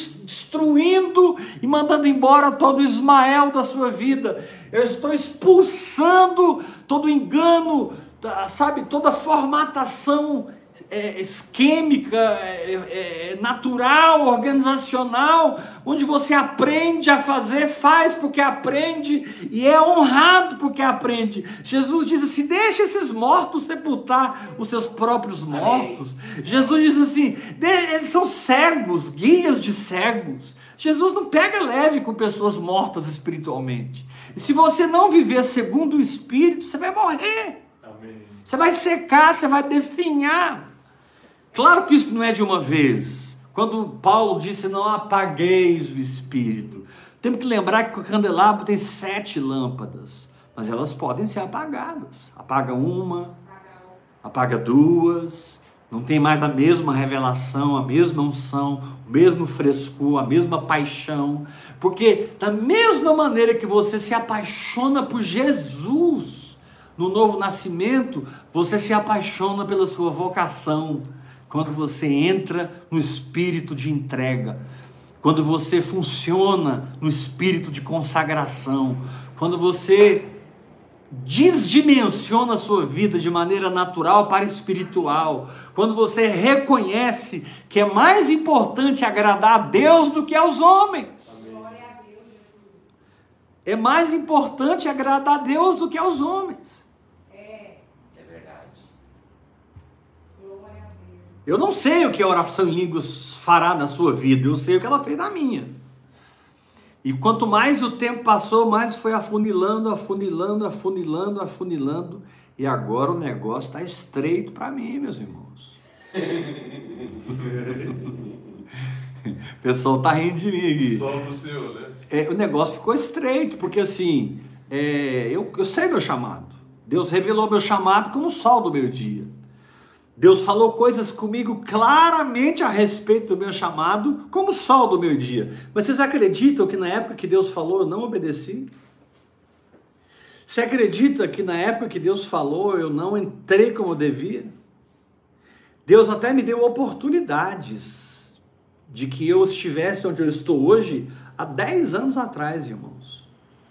destruindo e mandando embora todo o Ismael da sua vida, eu estou expulsando todo o engano, sabe, toda formatação é, esquêmica, é, é, natural, organizacional, onde você aprende a fazer, faz porque aprende e é honrado porque aprende. Jesus diz assim: deixa esses mortos sepultar os seus próprios mortos. Amém. Jesus diz assim, eles são cegos, guias de cegos. Jesus não pega leve com pessoas mortas espiritualmente. E se você não viver segundo o Espírito, você vai morrer. Você vai secar, você vai definhar. Claro que isso não é de uma vez. Quando Paulo disse, não apagueis o Espírito. Temos que lembrar que o candelabro tem sete lâmpadas, mas elas podem ser apagadas. Apaga uma, apaga duas, não tem mais a mesma revelação, a mesma unção, o mesmo frescor, a mesma paixão. Porque da mesma maneira que você se apaixona por Jesus, no novo nascimento, você se apaixona pela sua vocação, quando você entra no espírito de entrega, quando você funciona no espírito de consagração, quando você desdimensiona a sua vida de maneira natural para espiritual, quando você reconhece que é mais importante agradar a Deus do que aos homens. É mais importante agradar a Deus do que aos homens. Eu não sei o que a oração em línguas fará na sua vida, eu sei o que ela fez na minha. E quanto mais o tempo passou, mais foi afunilando, afunilando, afunilando, afunilando. E agora o negócio está estreito para mim, meus irmãos. O pessoal está rindo de mim aqui. Só pro senhor, né? É, o negócio ficou estreito, porque assim, é, eu, eu sei meu chamado. Deus revelou meu chamado como o sol do meio-dia. Deus falou coisas comigo claramente a respeito do meu chamado, como o sol do meio-dia. Mas vocês acreditam que na época que Deus falou, eu não obedeci? Você acredita que na época que Deus falou, eu não entrei como eu devia? Deus até me deu oportunidades de que eu estivesse onde eu estou hoje, há dez anos atrás, irmãos.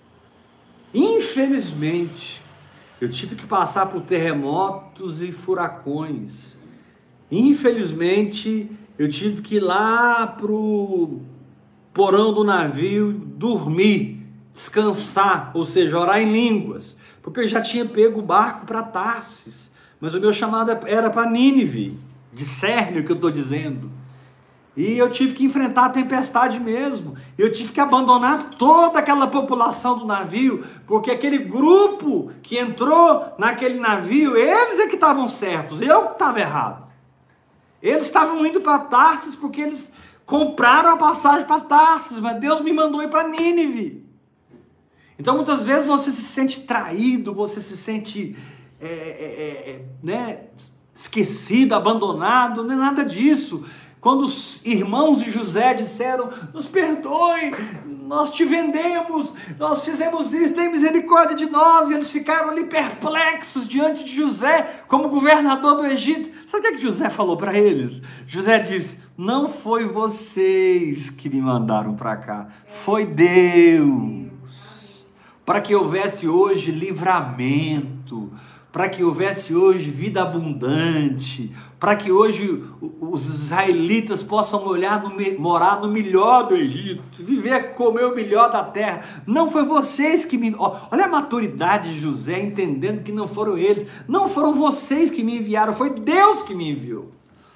Infelizmente, eu tive que passar por terremotos e furacões. Infelizmente, eu tive que ir lá para o porão do navio dormir, descansar, ou seja, orar em línguas, porque eu já tinha pego o barco para Tarsis, mas o meu chamado era para Nínive, discerne o que eu estou dizendo. E eu tive que enfrentar a tempestade mesmo. Eu tive que abandonar toda aquela população do navio, porque aquele grupo que entrou naquele navio, eles é que estavam certos, eu que estava errado. Eles estavam indo para Tarsis porque eles compraram a passagem para Tarsis, mas Deus me mandou ir para Nínive. Então muitas vezes você se sente traído, você se sente é, é, é, né, esquecido, abandonado, não é nada disso. Quando os irmãos de José disseram, nos perdoe, nós te vendemos, nós fizemos isso, tem misericórdia de nós, e eles ficaram ali perplexos diante de José, como governador do Egito. Sabe o que, é que José falou para eles? José disse, não foi vocês que me mandaram para cá, foi Deus, para que houvesse hoje livramento, para que houvesse hoje vida abundante, para que hoje os israelitas possam olhar no, morar no melhor do Egito, viver, comer o melhor da terra. Não foi vocês que me... Olha a maturidade de José, entendendo que não foram eles, não foram vocês que me enviaram, foi Deus que me enviou.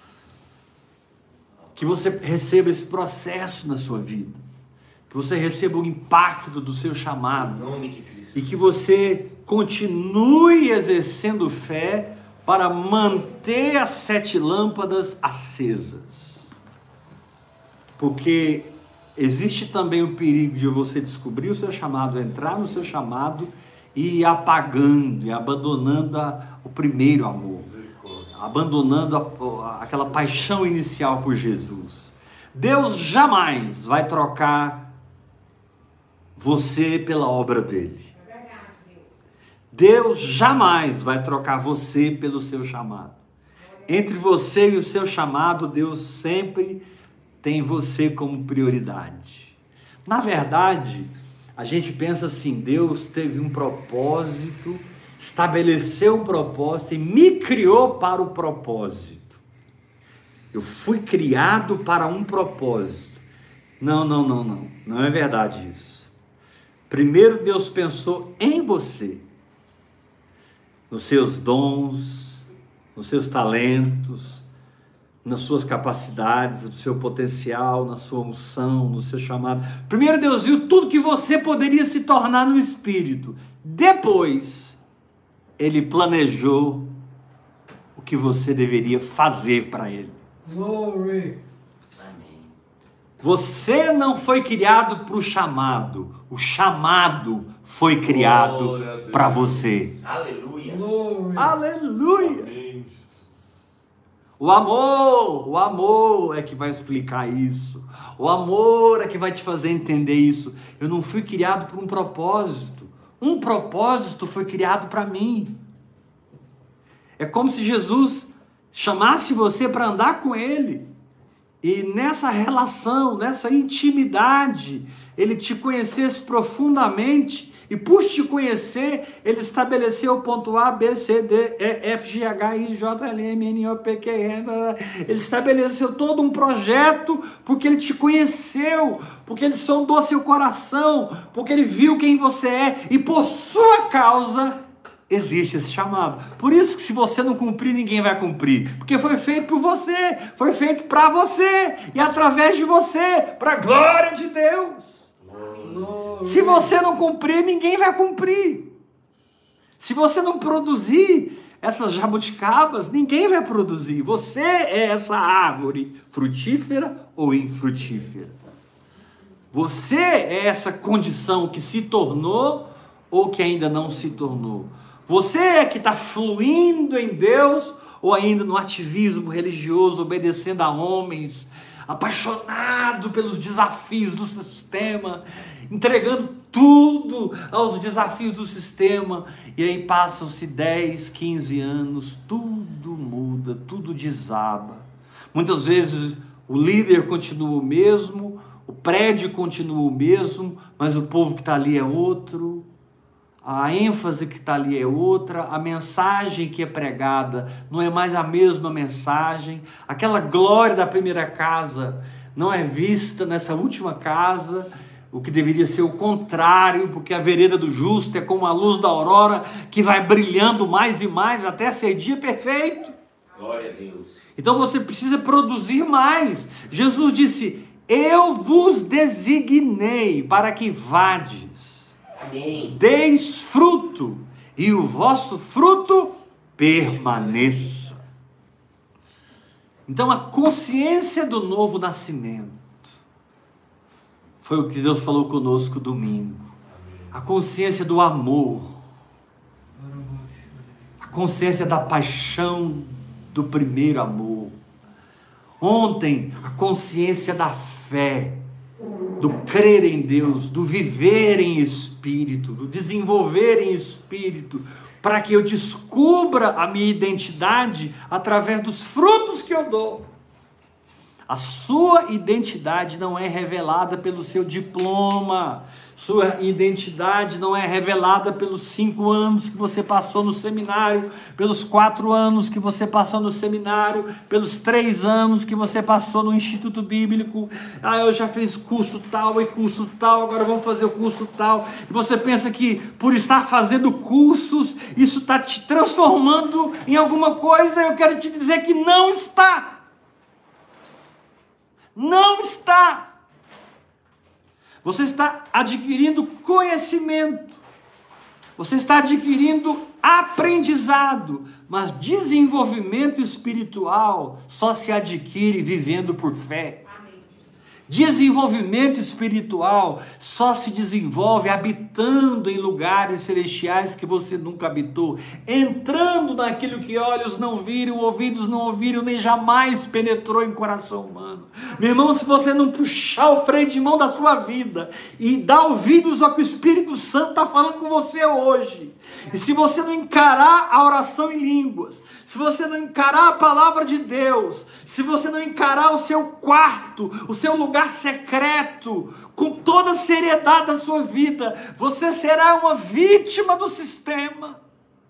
Que você receba esse processo na sua vida, que você receba o impacto do seu chamado, Em nome de Cristo. E que você continue exercendo fé para manter as sete lâmpadas acesas. Porque existe também o perigo de você descobrir o seu chamado, entrar no seu chamado e ir apagando, e abandonando a, o primeiro amor, abandonando a, aquela paixão inicial por Jesus. Deus jamais vai trocar você pela obra dele. Deus jamais vai trocar você pelo seu chamado. Entre você e o seu chamado, Deus sempre tem você como prioridade. Na verdade, a gente pensa assim, Deus teve um propósito, estabeleceu um propósito e me criou para o propósito. Eu fui criado para um propósito. Não, não, não, não. Não é verdade isso. Primeiro Deus pensou em você, nos seus dons, nos seus talentos, nas suas capacidades, no seu potencial, na sua unção, no seu chamado. Primeiro Deus viu tudo que você poderia se tornar no Espírito. Depois, Ele planejou o que você deveria fazer para Ele. Glory. Amém. Você não foi criado para o chamado, o chamado foi criado para você. Aleluia. Glory. Aleluia! Amém. O amor, o amor é que vai explicar isso. O amor é que vai te fazer entender isso. Eu não fui criado por um propósito. Um propósito foi criado para mim. É como se Jesus chamasse você para andar com Ele. E nessa relação, nessa intimidade, Ele te conhecesse profundamente. E por te conhecer, Ele estabeleceu o ponto A, B, C, D, E, F, G, H, I, J, L, M, N, O, P, Q, R. Ele estabeleceu todo um projeto porque Ele te conheceu, porque Ele sondou seu coração, porque Ele viu quem você é e por sua causa existe esse chamado. Por isso que se você não cumprir, ninguém vai cumprir, porque foi feito por você, foi feito para você e através de você, para a glória de Deus. Se você não cumprir, ninguém vai cumprir. Se você não produzir essas jabuticabas, ninguém vai produzir. Você é essa árvore frutífera ou infrutífera. Você é essa condição que se tornou ou que ainda não se tornou. Você é que está fluindo em Deus ou ainda no ativismo religioso, obedecendo a homens, apaixonado pelos desafios do sistema, entregando tudo aos desafios do sistema, e aí passam-se dez, quinze anos, tudo muda, tudo desaba. Muitas vezes o líder continua o mesmo, o prédio continua o mesmo, mas o povo que está ali é outro, a ênfase que está ali é outra, a mensagem que é pregada não é mais a mesma mensagem, aquela glória da primeira casa não é vista nessa última casa, o que deveria ser o contrário, porque a vereda do justo é como a luz da aurora que vai brilhando mais e mais até ser dia perfeito. Glória a Deus. Então você precisa produzir mais. Jesus disse: eu vos designei para que vades, Amém. deis fruto, e o vosso fruto permaneça. Então a consciência do novo nascimento foi o que Deus falou conosco domingo. A consciência do amor, a consciência da paixão do primeiro amor. Ontem, a consciência da fé, do crer em Deus, do viver em espírito, do desenvolver em espírito, para que eu descubra a minha identidade através dos frutos que eu dou. A sua identidade não é revelada pelo seu diploma, sua identidade não é revelada pelos cinco anos que você passou no seminário, pelos quatro anos que você passou no seminário, pelos três anos que você passou no Instituto Bíblico. Ah, eu já fiz curso tal e curso tal, agora vamos fazer o curso tal. E você pensa que por estar fazendo cursos, isso está te transformando em alguma coisa. Eu quero te dizer que não está. Não está. Você está adquirindo conhecimento, você está adquirindo aprendizado, mas desenvolvimento espiritual só se adquire vivendo por fé. Desenvolvimento espiritual só se desenvolve habitando em lugares celestiais que você nunca habitou, entrando naquilo que olhos não viram, ouvidos não ouviram, nem jamais penetrou em coração humano. Meu irmão, se você não puxar o freio de mão da sua vida e dar ouvidos ao que o Espírito Santo está falando com você hoje, e se você não encarar a oração em línguas, se você não encarar a palavra de Deus, se você não encarar o seu quarto, o seu lugar secreto, com toda a seriedade da sua vida, você será uma vítima do sistema.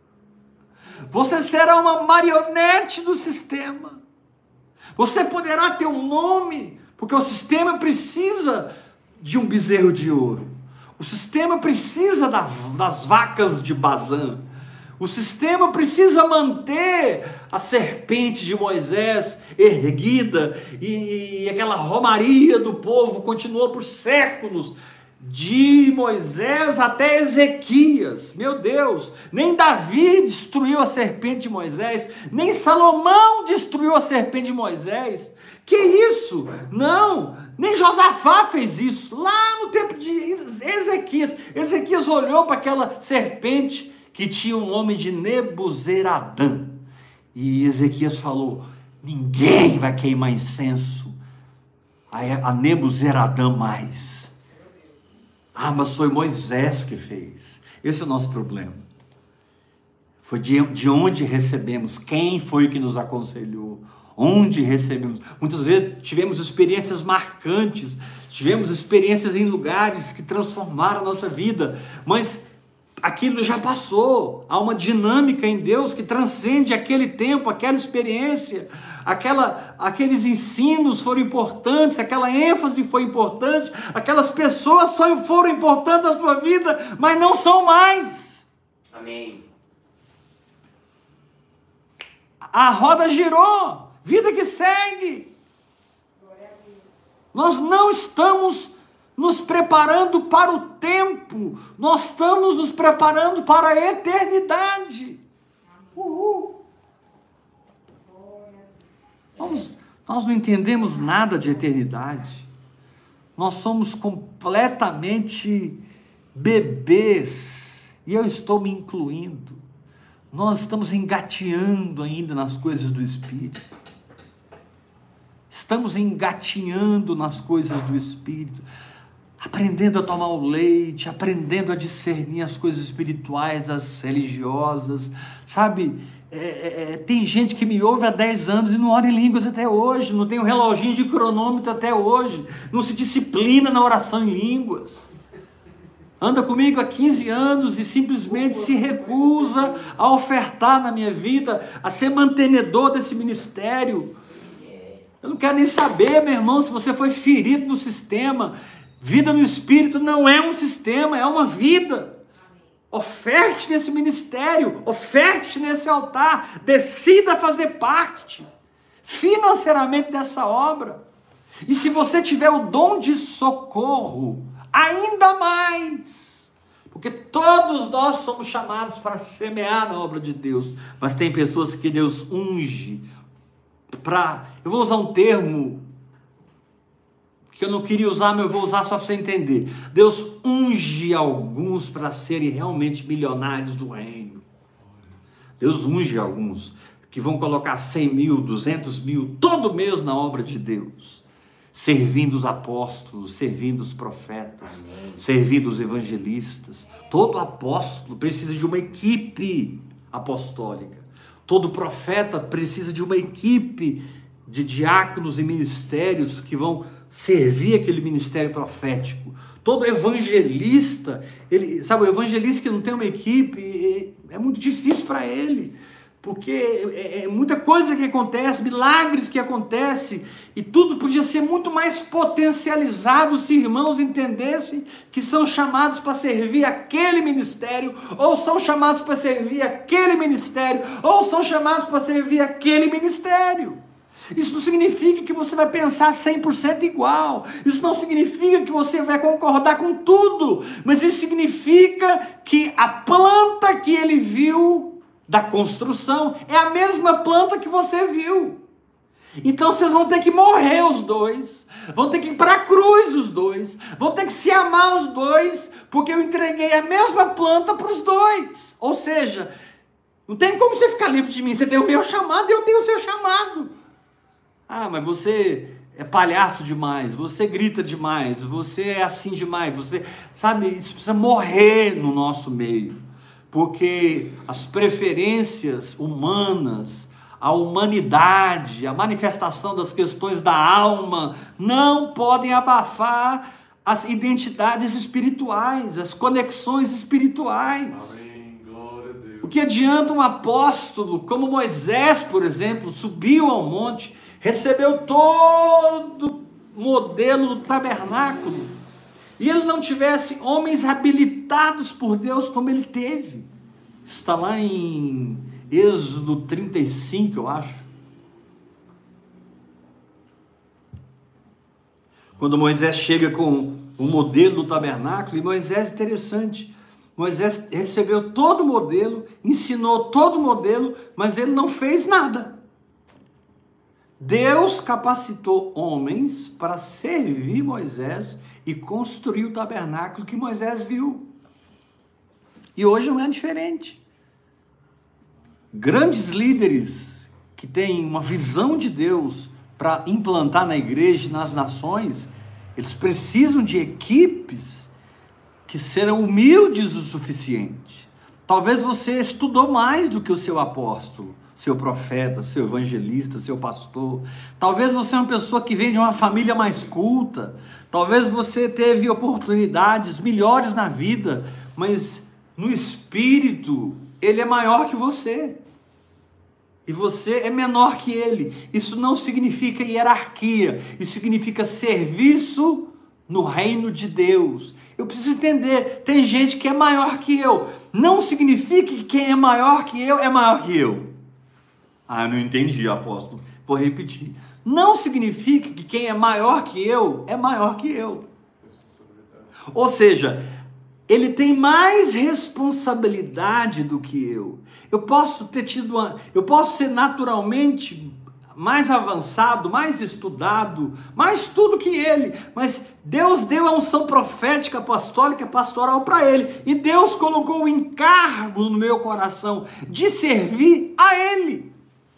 Você será uma marionete do sistema. Você poderá ter um nome, porque o sistema precisa de um bezerro de ouro. O sistema precisa das vacas de Bazã. O sistema precisa manter a serpente de Moisés erguida, e, e aquela romaria do povo continuou por séculos, de Moisés até Ezequias. Meu Deus, nem Davi destruiu a serpente de Moisés, nem Salomão destruiu a serpente de Moisés. Que isso? Não, nem Josafá fez isso. Lá no tempo de Ezequias, Ezequias olhou para aquela serpente que tinha o nome de Nebuzeradã, e Ezequias falou: ninguém vai queimar incenso a Nebuzeradã mais. Ah, mas foi Moisés que fez. Esse é o nosso problema. Foi de, de onde recebemos, quem foi que nos aconselhou, onde recebemos. Muitas vezes tivemos experiências marcantes, tivemos experiências em lugares que transformaram a nossa vida, mas aquilo já passou. Há uma dinâmica em Deus que transcende aquele tempo, aquela experiência, aquela, aqueles ensinos foram importantes, aquela ênfase foi importante, aquelas pessoas só foram importantes na sua vida, mas não são mais. Amém. A roda girou, vida que segue. Nós não estamos nos preparando para o tempo, nós estamos nos preparando para a eternidade. Uhul. Nós, nós não entendemos nada de eternidade, nós somos completamente bebês, e eu estou me incluindo. Nós estamos engateando ainda nas coisas do Espírito, estamos engateando nas coisas do Espírito, aprendendo a tomar o leite, aprendendo a discernir as coisas espirituais das religiosas, sabe? É, é, tem gente que me ouve há dez anos e não ora em línguas até hoje, não tem um reloginho de cronômetro até hoje, não se disciplina na oração em línguas, anda comigo há quinze anos e simplesmente se recusa a ofertar na minha vida, a ser mantenedor desse ministério. Eu não quero nem saber, meu irmão, se você foi ferido no sistema. Vida no Espírito não é um sistema, é uma vida. Oferte nesse ministério, oferte nesse altar, decida fazer parte financeiramente dessa obra. E se você tiver o dom de socorro, ainda mais. Porque todos nós somos chamados para semear na obra de Deus. Mas tem pessoas que Deus unge para... Eu vou usar um termo que eu não queria usar, mas eu vou usar só para você entender. Deus unge alguns para serem realmente milionários do reino. Deus unge alguns que vão colocar cem mil, duzentos mil, todo mês na obra de Deus. Servindo os apóstolos, servindo os profetas, Amém. Servindo os evangelistas. Todo apóstolo precisa de uma equipe apostólica. Todo profeta precisa de uma equipe de diáconos e ministérios que vão servir aquele ministério profético. Todo evangelista, ele, sabe, o evangelista que não tem uma equipe, é, é muito difícil para ele, porque é, é muita coisa que acontece, milagres que acontecem, e tudo podia ser muito mais potencializado se irmãos entendessem que são chamados para servir aquele ministério, ou são chamados para servir aquele ministério, ou são chamados para servir aquele ministério. Isso não significa que você vai pensar cem por cento igual, isso não significa que você vai concordar com tudo, mas isso significa que a planta que ele viu da construção é a mesma planta que você viu. Então vocês vão ter que morrer os dois, vão ter que ir para a cruz os dois, vão ter que se amar os dois, porque eu entreguei a mesma planta para os dois. Ou seja, não tem como você ficar livre de mim, você tem o meu chamado e eu tenho o seu chamado. Ah, mas você é palhaço demais, você grita demais, você é assim demais, você, sabe, isso precisa morrer no nosso meio, porque as preferências humanas, a humanidade, a manifestação das questões da alma, não podem abafar as identidades espirituais, as conexões espirituais. Amém. Glória a Deus. O que adianta um apóstolo, como Moisés, por exemplo, subiu ao monte, recebeu todo o modelo do tabernáculo, e ele não tivesse homens habilitados por Deus como ele teve. Está lá em Êxodo trinta e cinco, eu acho. Quando Moisés chega com o modelo do tabernáculo, e Moisés, interessante, Moisés recebeu todo o modelo, ensinou todo o modelo, mas ele não fez nada. Deus capacitou homens para servir Moisés e construir o tabernáculo que Moisés viu. E hoje não é diferente. Grandes líderes que têm uma visão de Deus para implantar na igreja e nas nações, eles precisam de equipes que serão humildes o suficiente. Talvez você estudou mais do que o seu apóstolo, seu profeta, seu evangelista, seu pastor. Talvez você é uma pessoa que vem de uma família mais culta. Talvez você teve oportunidades melhores na vida, mas no espírito ele é maior que você. E você é menor que ele. Isso não significa hierarquia. Isso significa serviço no reino de Deus. Eu preciso entender, tem gente que é maior que eu. Não significa que quem é maior que eu é maior que eu. Ah, eu não entendi, apóstolo. Vou repetir. Não significa que quem é maior que eu é maior que eu. Ou seja, ele tem mais responsabilidade do que eu. Eu posso ter tido uma, eu posso ser naturalmente mais avançado, mais estudado, mais tudo que ele, mas Deus deu a unção profética, apostólica, pastoral para ele, e Deus colocou o encargo no meu coração de servir a ele.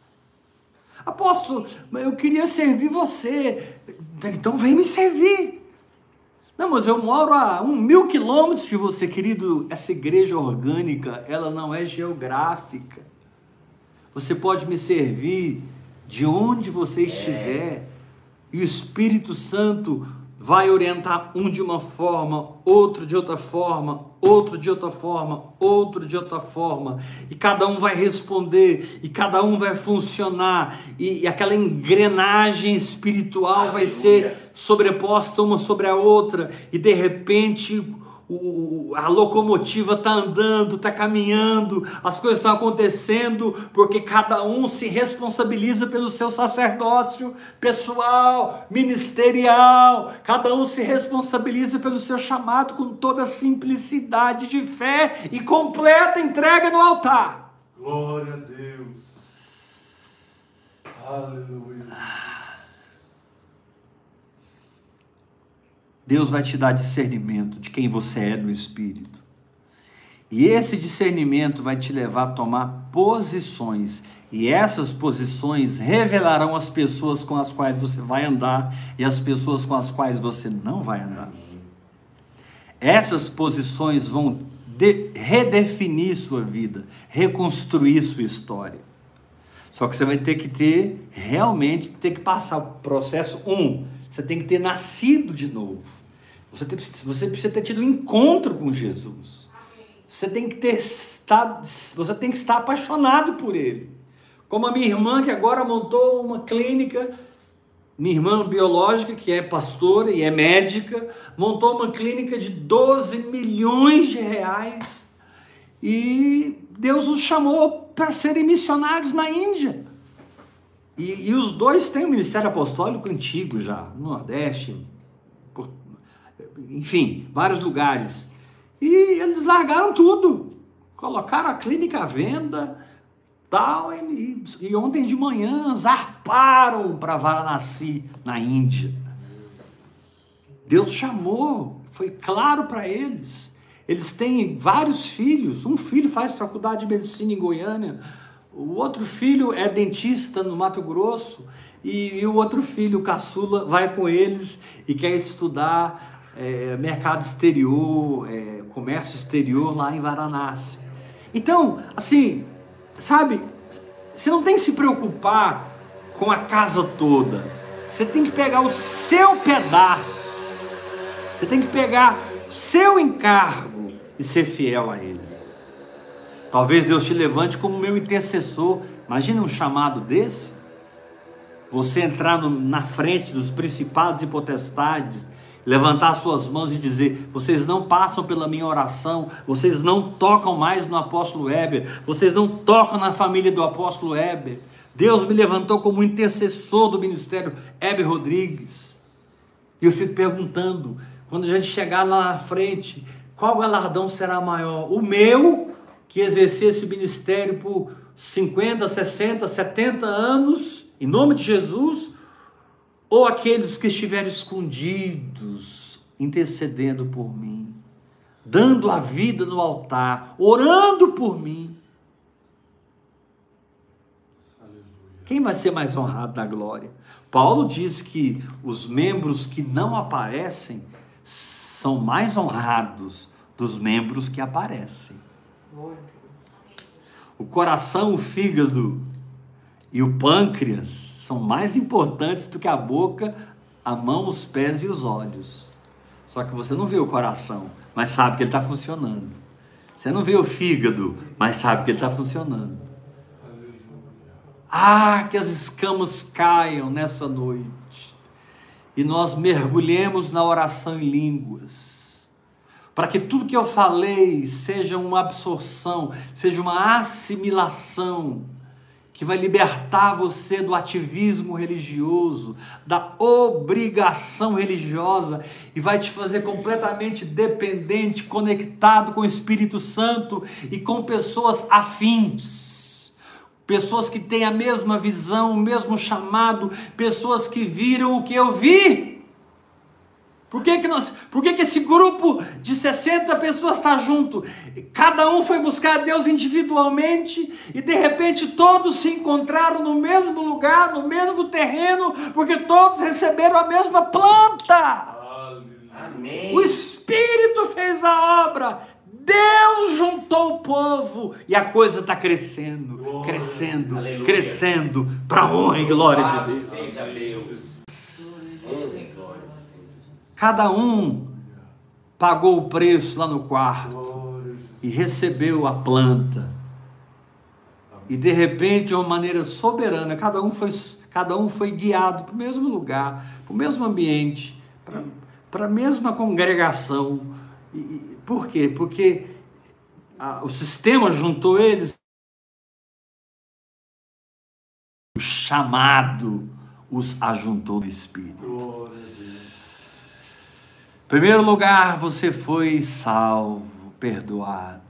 Apóstolo, eu queria servir você, então vem me servir. Não, mas eu moro a um mil quilômetros de você, querido. Essa igreja orgânica, ela não é geográfica. Você pode me servir de onde você estiver, e o Espírito Santo vai orientar um de uma forma, outro de outra forma, outro de outra forma, outro de outra forma, e cada um vai responder, e cada um vai funcionar, e, e aquela engrenagem espiritual Aleluia. Vai ser sobreposta uma sobre a outra, e de repente o, a locomotiva está andando, está caminhando, as coisas estão acontecendo, porque cada um se responsabiliza pelo seu sacerdócio pessoal, ministerial, cada um se responsabiliza pelo seu chamado com toda a simplicidade de fé e completa entrega no altar. Glória a Deus. Aleluia. Deus vai te dar discernimento de quem você é no Espírito. E esse discernimento vai te levar a tomar posições. E essas posições revelarão as pessoas com as quais você vai andar e as pessoas com as quais você não vai andar. Essas posições vão de- redefinir sua vida, reconstruir sua história. Só que você vai ter que ter, realmente, ter que passar o processo um. Você tem que ter nascido de novo. Você, tem, você precisa ter tido um encontro com Jesus. Você tem que ter estado, você tem que estar apaixonado por Ele. Como a minha irmã, que agora montou uma clínica, minha irmã biológica, que é pastora e é médica, montou uma clínica de doze milhões de reais. E Deus nos chamou para serem missionários na Índia. E, e os dois têm um ministério apostólico antigo já, no Nordeste, por, enfim, vários lugares. E eles largaram tudo, colocaram a clínica à venda, tal, e, e ontem de manhã zarparam para Varanasi, na Índia. Deus chamou, foi claro para eles. Eles têm vários filhos, um filho faz faculdade de medicina em Goiânia, o outro filho é dentista no Mato Grosso, e, e o outro filho, o caçula, vai com eles e quer estudar é, mercado exterior, é, comércio exterior lá em Varanasi. Então, assim, sabe, você não tem que se preocupar com a casa toda, você tem que pegar o seu pedaço, você tem que pegar o seu encargo e ser fiel a Ele. Talvez Deus te levante como meu intercessor. Imagina um chamado desse, você entrar no, na frente dos principados e potestades, levantar suas mãos e dizer: vocês não passam pela minha oração, vocês não tocam mais no apóstolo Heber, vocês não tocam na família do apóstolo Heber. Deus me levantou como intercessor do ministério Heber Rodrigues. E eu fico perguntando, quando a gente chegar lá na frente, qual galardão será maior? O meu, que exercesse o ministério por cinquenta, sessenta, setenta anos, em nome de Jesus, ou aqueles que estiveram escondidos, intercedendo por mim, dando a vida no altar, orando por mim? Aleluia. Quem vai ser mais honrado na glória? Paulo diz que os membros que não aparecem são mais honrados dos membros que aparecem. O coração, o fígado e o pâncreas são mais importantes do que a boca, a mão, os pés e os olhos. Só que você não vê o coração, mas sabe que ele está funcionando. Você não vê o fígado, mas sabe que ele está funcionando. Ah, que as escamas caiam nessa noite e nós mergulhemos na oração em línguas, para que tudo que eu falei seja uma absorção, seja uma assimilação, que vai libertar você do ativismo religioso, da obrigação religiosa, e vai te fazer completamente dependente, conectado com o Espírito Santo e com pessoas afins, pessoas que têm a mesma visão, o mesmo chamado, pessoas que viram o que eu vi. Por que que nós, por que que esse grupo de sessenta pessoas está junto? Cada um foi buscar Deus individualmente e de repente todos se encontraram no mesmo lugar, no mesmo terreno, porque todos receberam a mesma planta. Amém. O Espírito fez a obra, Deus juntou o povo e a coisa está crescendo, glória, crescendo, aleluia, crescendo para a honra e glória de Deus. Seja Deus. Honra e glória. Cada um pagou o preço lá no quarto e recebeu a planta. E de repente, de uma maneira soberana, cada um foi, cada um foi guiado para o mesmo lugar, para o mesmo ambiente, para, para a mesma congregação, e, Por quê? Porque a, o sistema juntou eles, o chamado os ajuntou no Espírito. Glória a Deus. Em primeiro lugar, você foi salvo, perdoado,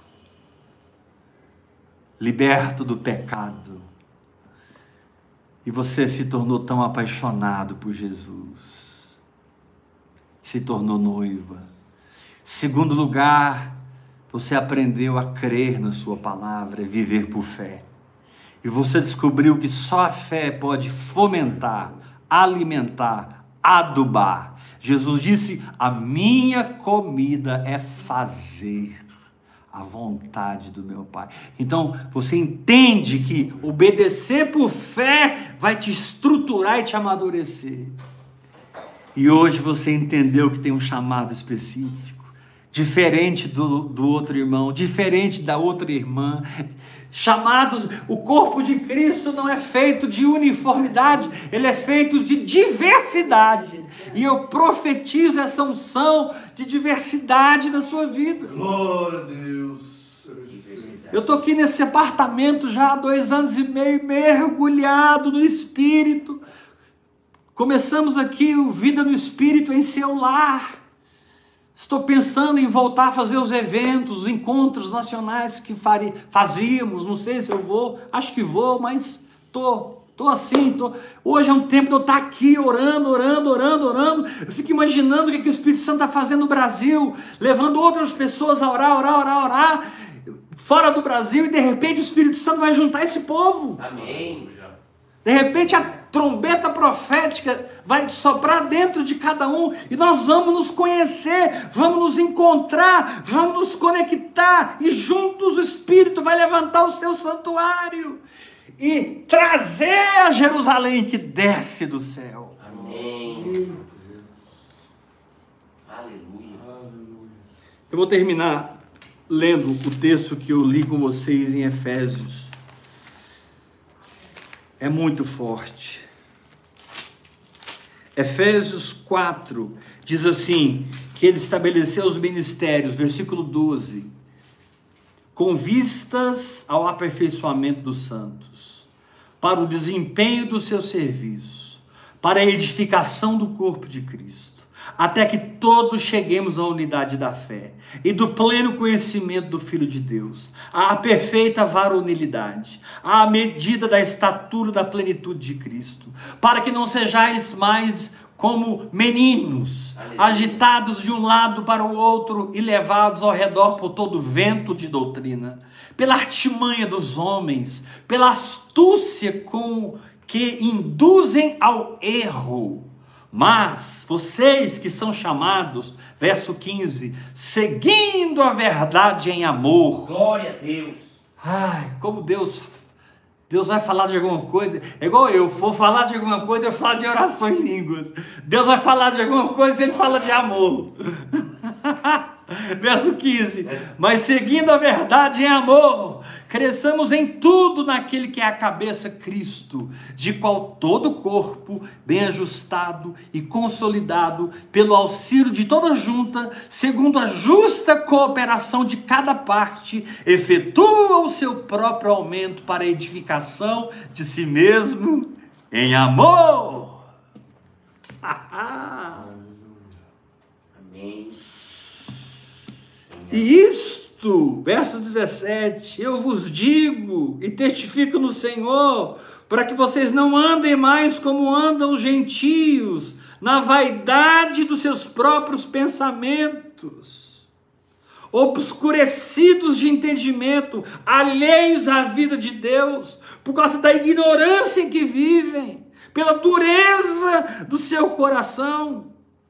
liberto do pecado. E você se tornou tão apaixonado por Jesus. Se tornou noiva. Segundo lugar, você aprendeu a crer na sua palavra e viver por fé. E você descobriu que só a fé pode fomentar, alimentar, adubar. Jesus disse: a minha comida é fazer a vontade do meu Pai. Então, você entende que obedecer por fé vai te estruturar e te amadurecer. E hoje você entendeu que tem um chamado específico, diferente do, do outro irmão, diferente da outra irmã. Chamados, o corpo de Cristo não é feito de uniformidade, ele é feito de diversidade. E eu profetizo essa unção de diversidade na sua vida. Glória a Deus. Eu estou aqui nesse apartamento já há dois anos e meio, mergulhado no Espírito. Começamos aqui o Vida no Espírito em seu lar. Estou pensando em voltar a fazer os eventos, os encontros nacionais que fari, fazíamos. Não sei se eu vou, acho que vou, mas estou tô, tô assim. Tô. Hoje é um tempo de eu estar aqui orando, orando, orando, orando. Eu fico imaginando o que, que o Espírito Santo está fazendo no Brasil, levando outras pessoas a orar, orar, orar, orar, fora do Brasil, e de repente o Espírito Santo vai juntar esse povo. Amém. De repente a trombeta profética vai soprar dentro de cada um e nós vamos nos conhecer, vamos nos encontrar, vamos nos conectar e juntos o Espírito vai levantar o seu santuário e trazer a Jerusalém que desce do céu. Amém. Aleluia. Eu vou terminar lendo o texto que eu li com vocês em Efésios. É muito forte. Efésios quatro diz assim, que ele estabeleceu os ministérios, versículo doze, com vistas ao aperfeiçoamento dos santos, para o desempenho do seu serviço, para a edificação do corpo de Cristo, até que todos cheguemos à unidade da fé e do pleno conhecimento do Filho de Deus, à perfeita varonilidade, à medida da estatura da plenitude de Cristo, para que não sejais mais como meninos, Aleluia, agitados de um lado para o outro e levados ao redor por todo vento de doutrina, pela artimanha dos homens, pela astúcia com que induzem ao erro. Mas vocês que são chamados, verso quinze, seguindo a verdade em amor. Glória a Deus. Ai, como Deus, Deus vai falar de alguma coisa, é igual eu, for falar de alguma coisa, eu falo de oração em línguas. Deus vai falar de alguma coisa, ele fala de amor. Verso quinze, mas seguindo a verdade em amor, cresçamos em tudo naquele que é a cabeça, Cristo, de qual todo o corpo, bem ajustado e consolidado, pelo auxílio de toda junta, segundo a justa cooperação de cada parte, efetua o seu próprio aumento para a edificação de si mesmo em amor. Amém. E isto, verso dezessete, eu vos digo e testifico no Senhor, para que vocês não andem mais como andam os gentios, na vaidade dos seus próprios pensamentos, obscurecidos de entendimento, alheios à vida de Deus, por causa da ignorância em que vivem, pela dureza do seu coração.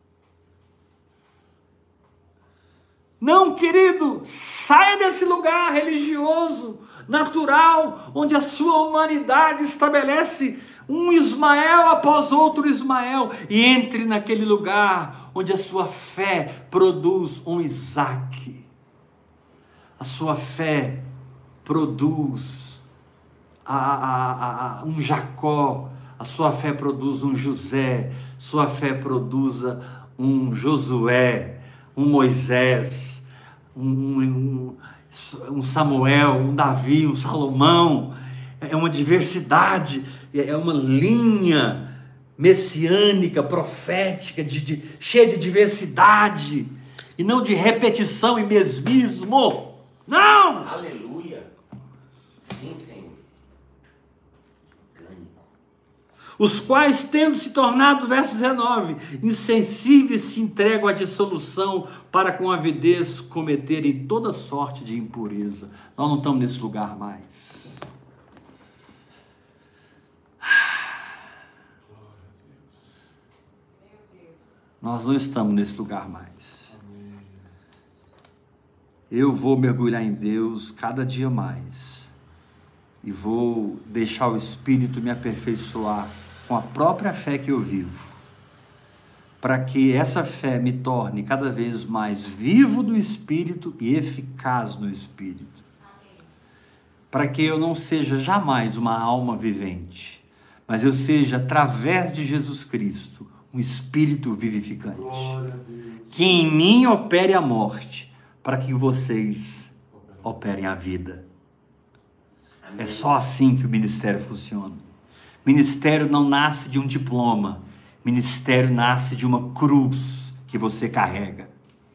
Não, querido, saia desse lugar religioso, natural, onde a sua humanidade estabelece um Ismael após outro Ismael, e entre naquele lugar onde a sua fé produz um Isaque. A sua fé produz a, a, a, um Jacó, a sua fé produz um José, sua fé produz um Josué, um Moisés. um, um, um Samuel, um Davi, um Salomão. É uma diversidade, é uma linha messiânica, profética, de, de, cheia de diversidade, e não de repetição e mesmismo. Não! Aleluia. Sim, Senhor. Ganhe. Os quais, tendo se tornado, verso dezenove, insensíveis, se entregam à dissolução, para com avidez cometerem toda sorte de impureza. Nós não estamos nesse lugar mais. Nós não estamos nesse lugar mais. Eu vou mergulhar em Deus cada dia mais. E vou deixar o Espírito me aperfeiçoar com a própria fé que eu vivo. Para que essa fé me torne cada vez mais vivo do Espírito e eficaz no Espírito. Para que eu não seja jamais uma alma vivente, mas eu seja, através de Jesus Cristo, um espírito vivificante, que em mim opere a morte, para que vocês operem a vida. Amém. É só assim que o ministério funciona. Ministério não nasce de um diploma, ministério nasce de uma cruz que você carrega,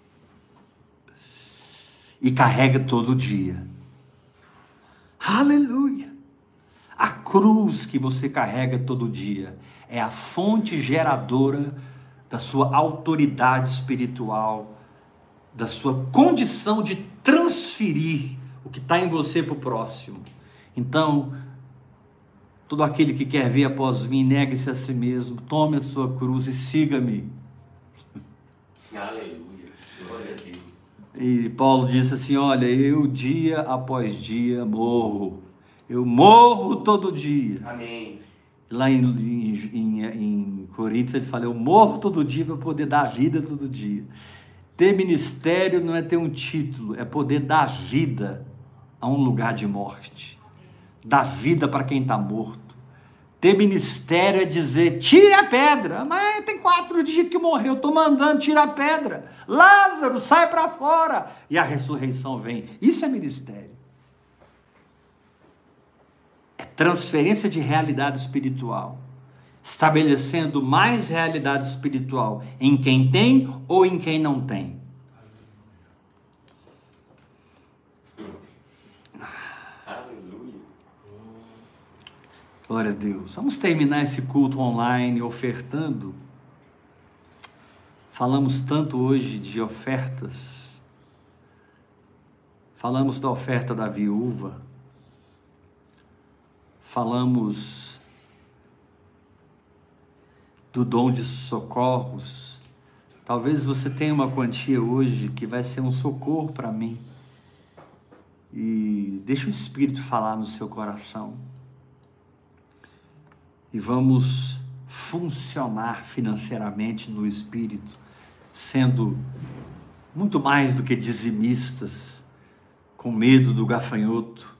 e carrega todo dia. Aleluia! A cruz que você carrega todo dia é a fonte geradora da sua autoridade espiritual, da sua condição de transferir o que está em você para o próximo. Então, todo aquele que quer vir após mim, negue-se a si mesmo, tome a sua cruz e siga-me. Aleluia, glória a Deus. E Paulo disse assim, olha, eu dia após dia morro, eu morro todo dia. Amém. Lá em, em, em, em Coríntios ele fala, eu morro todo dia para poder dar vida todo dia. Ter ministério não é ter um título, é poder dar vida a um lugar de morte. Dar vida para quem está morto. Ter ministério é dizer, tire a pedra. Mas tem quatro dias que morreu, estou mandando tirar a pedra. Lázaro, sai para fora. E a ressurreição vem. Isso é ministério. É transferência de realidade espiritual. Estabelecendo mais realidade espiritual em quem tem ou em quem não tem. Aleluia. Glória a Deus. Vamos terminar esse culto online ofertando. Falamos tanto hoje de ofertas. Falamos da oferta da viúva. Falamos do dom de socorros. Talvez você tenha uma quantia hoje que vai ser um socorro para mim. E deixa o Espírito falar no seu coração. E vamos funcionar financeiramente no Espírito, sendo muito mais do que dizimistas, com medo do gafanhoto.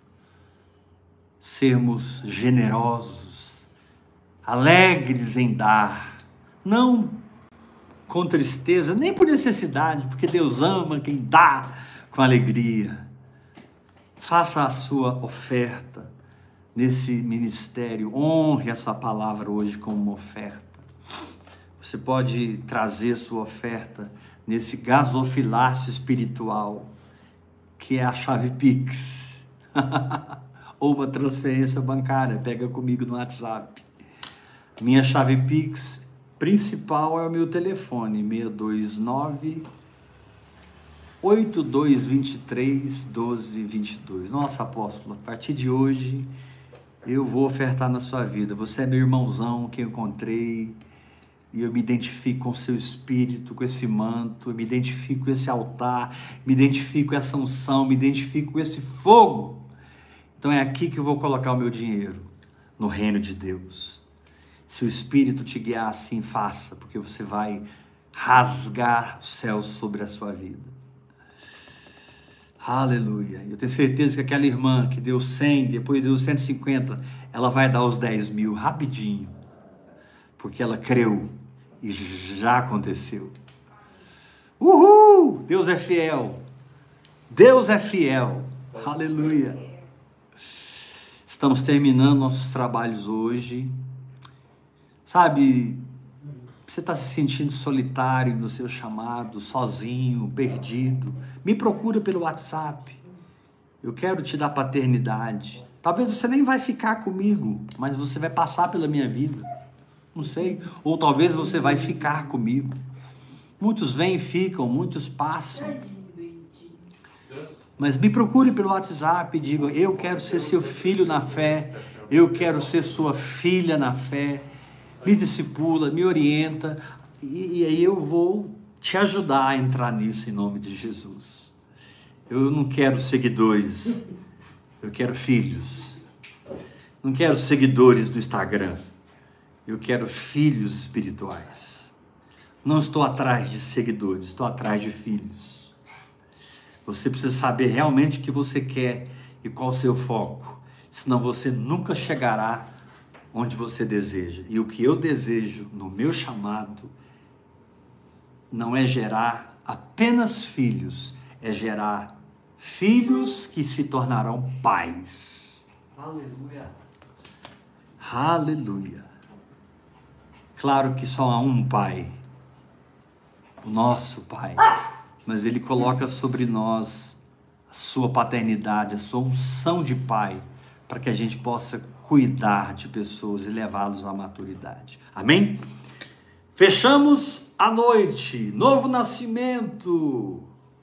Sermos generosos, alegres em dar, não com tristeza, nem por necessidade, porque Deus ama quem dá com alegria. Faça a sua oferta nesse ministério, honre essa palavra hoje como uma oferta. Você pode trazer sua oferta nesse gasofilácio espiritual, que é a chave Pix. Ou uma transferência bancária, pega comigo no WhatsApp. Minha chave Pix principal é o meu telefone, seis dois nove, oito dois dois três, um dois dois dois. Nossa, apóstolo, a partir de hoje eu vou ofertar na sua vida. Você é meu irmãozão que eu encontrei e eu me identifico com o seu espírito, com esse manto, me identifico com esse altar, me identifico com essa unção, me identifico com esse fogo. Então é aqui que eu vou colocar o meu dinheiro, no reino de Deus. Se o Espírito te guiar assim, faça, porque você vai rasgar os céus sobre a sua vida. Aleluia. Eu tenho certeza que aquela irmã que deu cem, depois deu cento e cinquenta, ela vai dar os dez mil rapidinho, porque ela creu e já aconteceu. Uhul! Deus é fiel. Deus é fiel. Aleluia. Estamos terminando nossos trabalhos hoje. Sabe, você está se sentindo solitário no seu chamado, sozinho, perdido? Me procura pelo WhatsApp. Eu quero te dar paternidade. Talvez você nem vai ficar comigo, mas você vai passar pela minha vida. Não sei. Ou talvez você vai ficar comigo. Muitos vêm e ficam, muitos passam. Mas me procure pelo WhatsApp e diga: eu quero ser seu filho na fé, eu quero ser sua filha na fé. Me discipula, me orienta, e, e aí eu vou te ajudar a entrar nisso em nome de Jesus. Eu não quero seguidores, eu quero filhos. Não quero seguidores do Instagram, eu quero filhos espirituais. Não estou atrás de seguidores, estou atrás de filhos. Você precisa saber realmente o que você quer e qual o seu foco, senão você nunca chegará onde você deseja. E o que eu desejo no meu chamado não é gerar apenas filhos, é gerar filhos que se tornarão pais. Aleluia. Aleluia. Claro que só há um pai, o nosso pai, mas ele coloca sobre nós a sua paternidade, a sua unção de pai, para que a gente possa cuidar de pessoas e levá-los à maturidade. Amém? Fechamos a noite. Novo nascimento.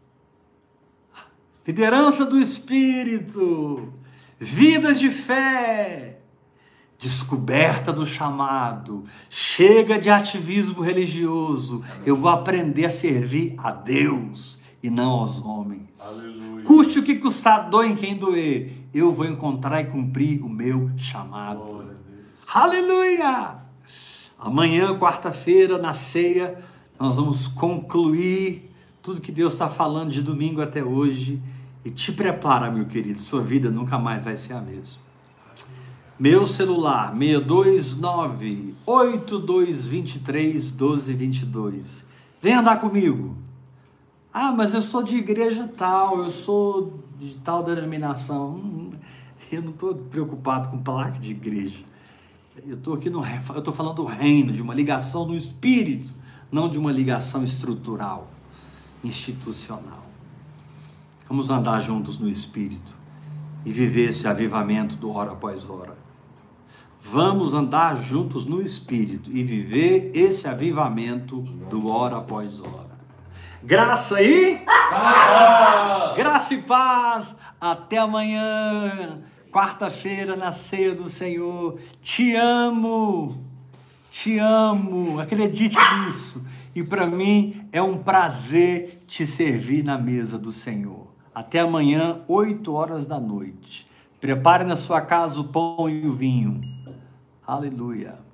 Liderança do Espírito. Vida de fé. Descoberta do chamado. Chega de ativismo religioso. Eu vou aprender a servir a Deus e não aos homens. Aleluia. Custe o que custar, doe em quem doer. Eu vou encontrar e cumprir o meu chamado. Aleluia! Amanhã, quarta-feira, na ceia, nós vamos concluir tudo que Deus está falando de domingo até hoje. E te prepara, meu querido, sua vida nunca mais vai ser a mesma. Meu celular, seis dois nove, oito dois dois três, um dois dois dois. Vem andar comigo. Ah, mas eu sou de igreja tal, eu sou de tal denominação. Eu não estou preocupado com placa de igreja. Eu estou aqui no, eu estou falando do reino, de uma ligação no espírito, não de uma ligação estrutural, institucional. Vamos andar juntos no espírito e viver esse avivamento do hora após hora. Vamos andar juntos no espírito e viver esse avivamento do hora após hora. Graça e paz. Graça e paz. Até amanhã, quarta-feira, na ceia do Senhor. Te amo, te amo, acredite nisso. E para mim é um prazer te servir na mesa do Senhor. Até amanhã, oito horas da noite. Prepare na sua casa o pão e o vinho. Aleluia.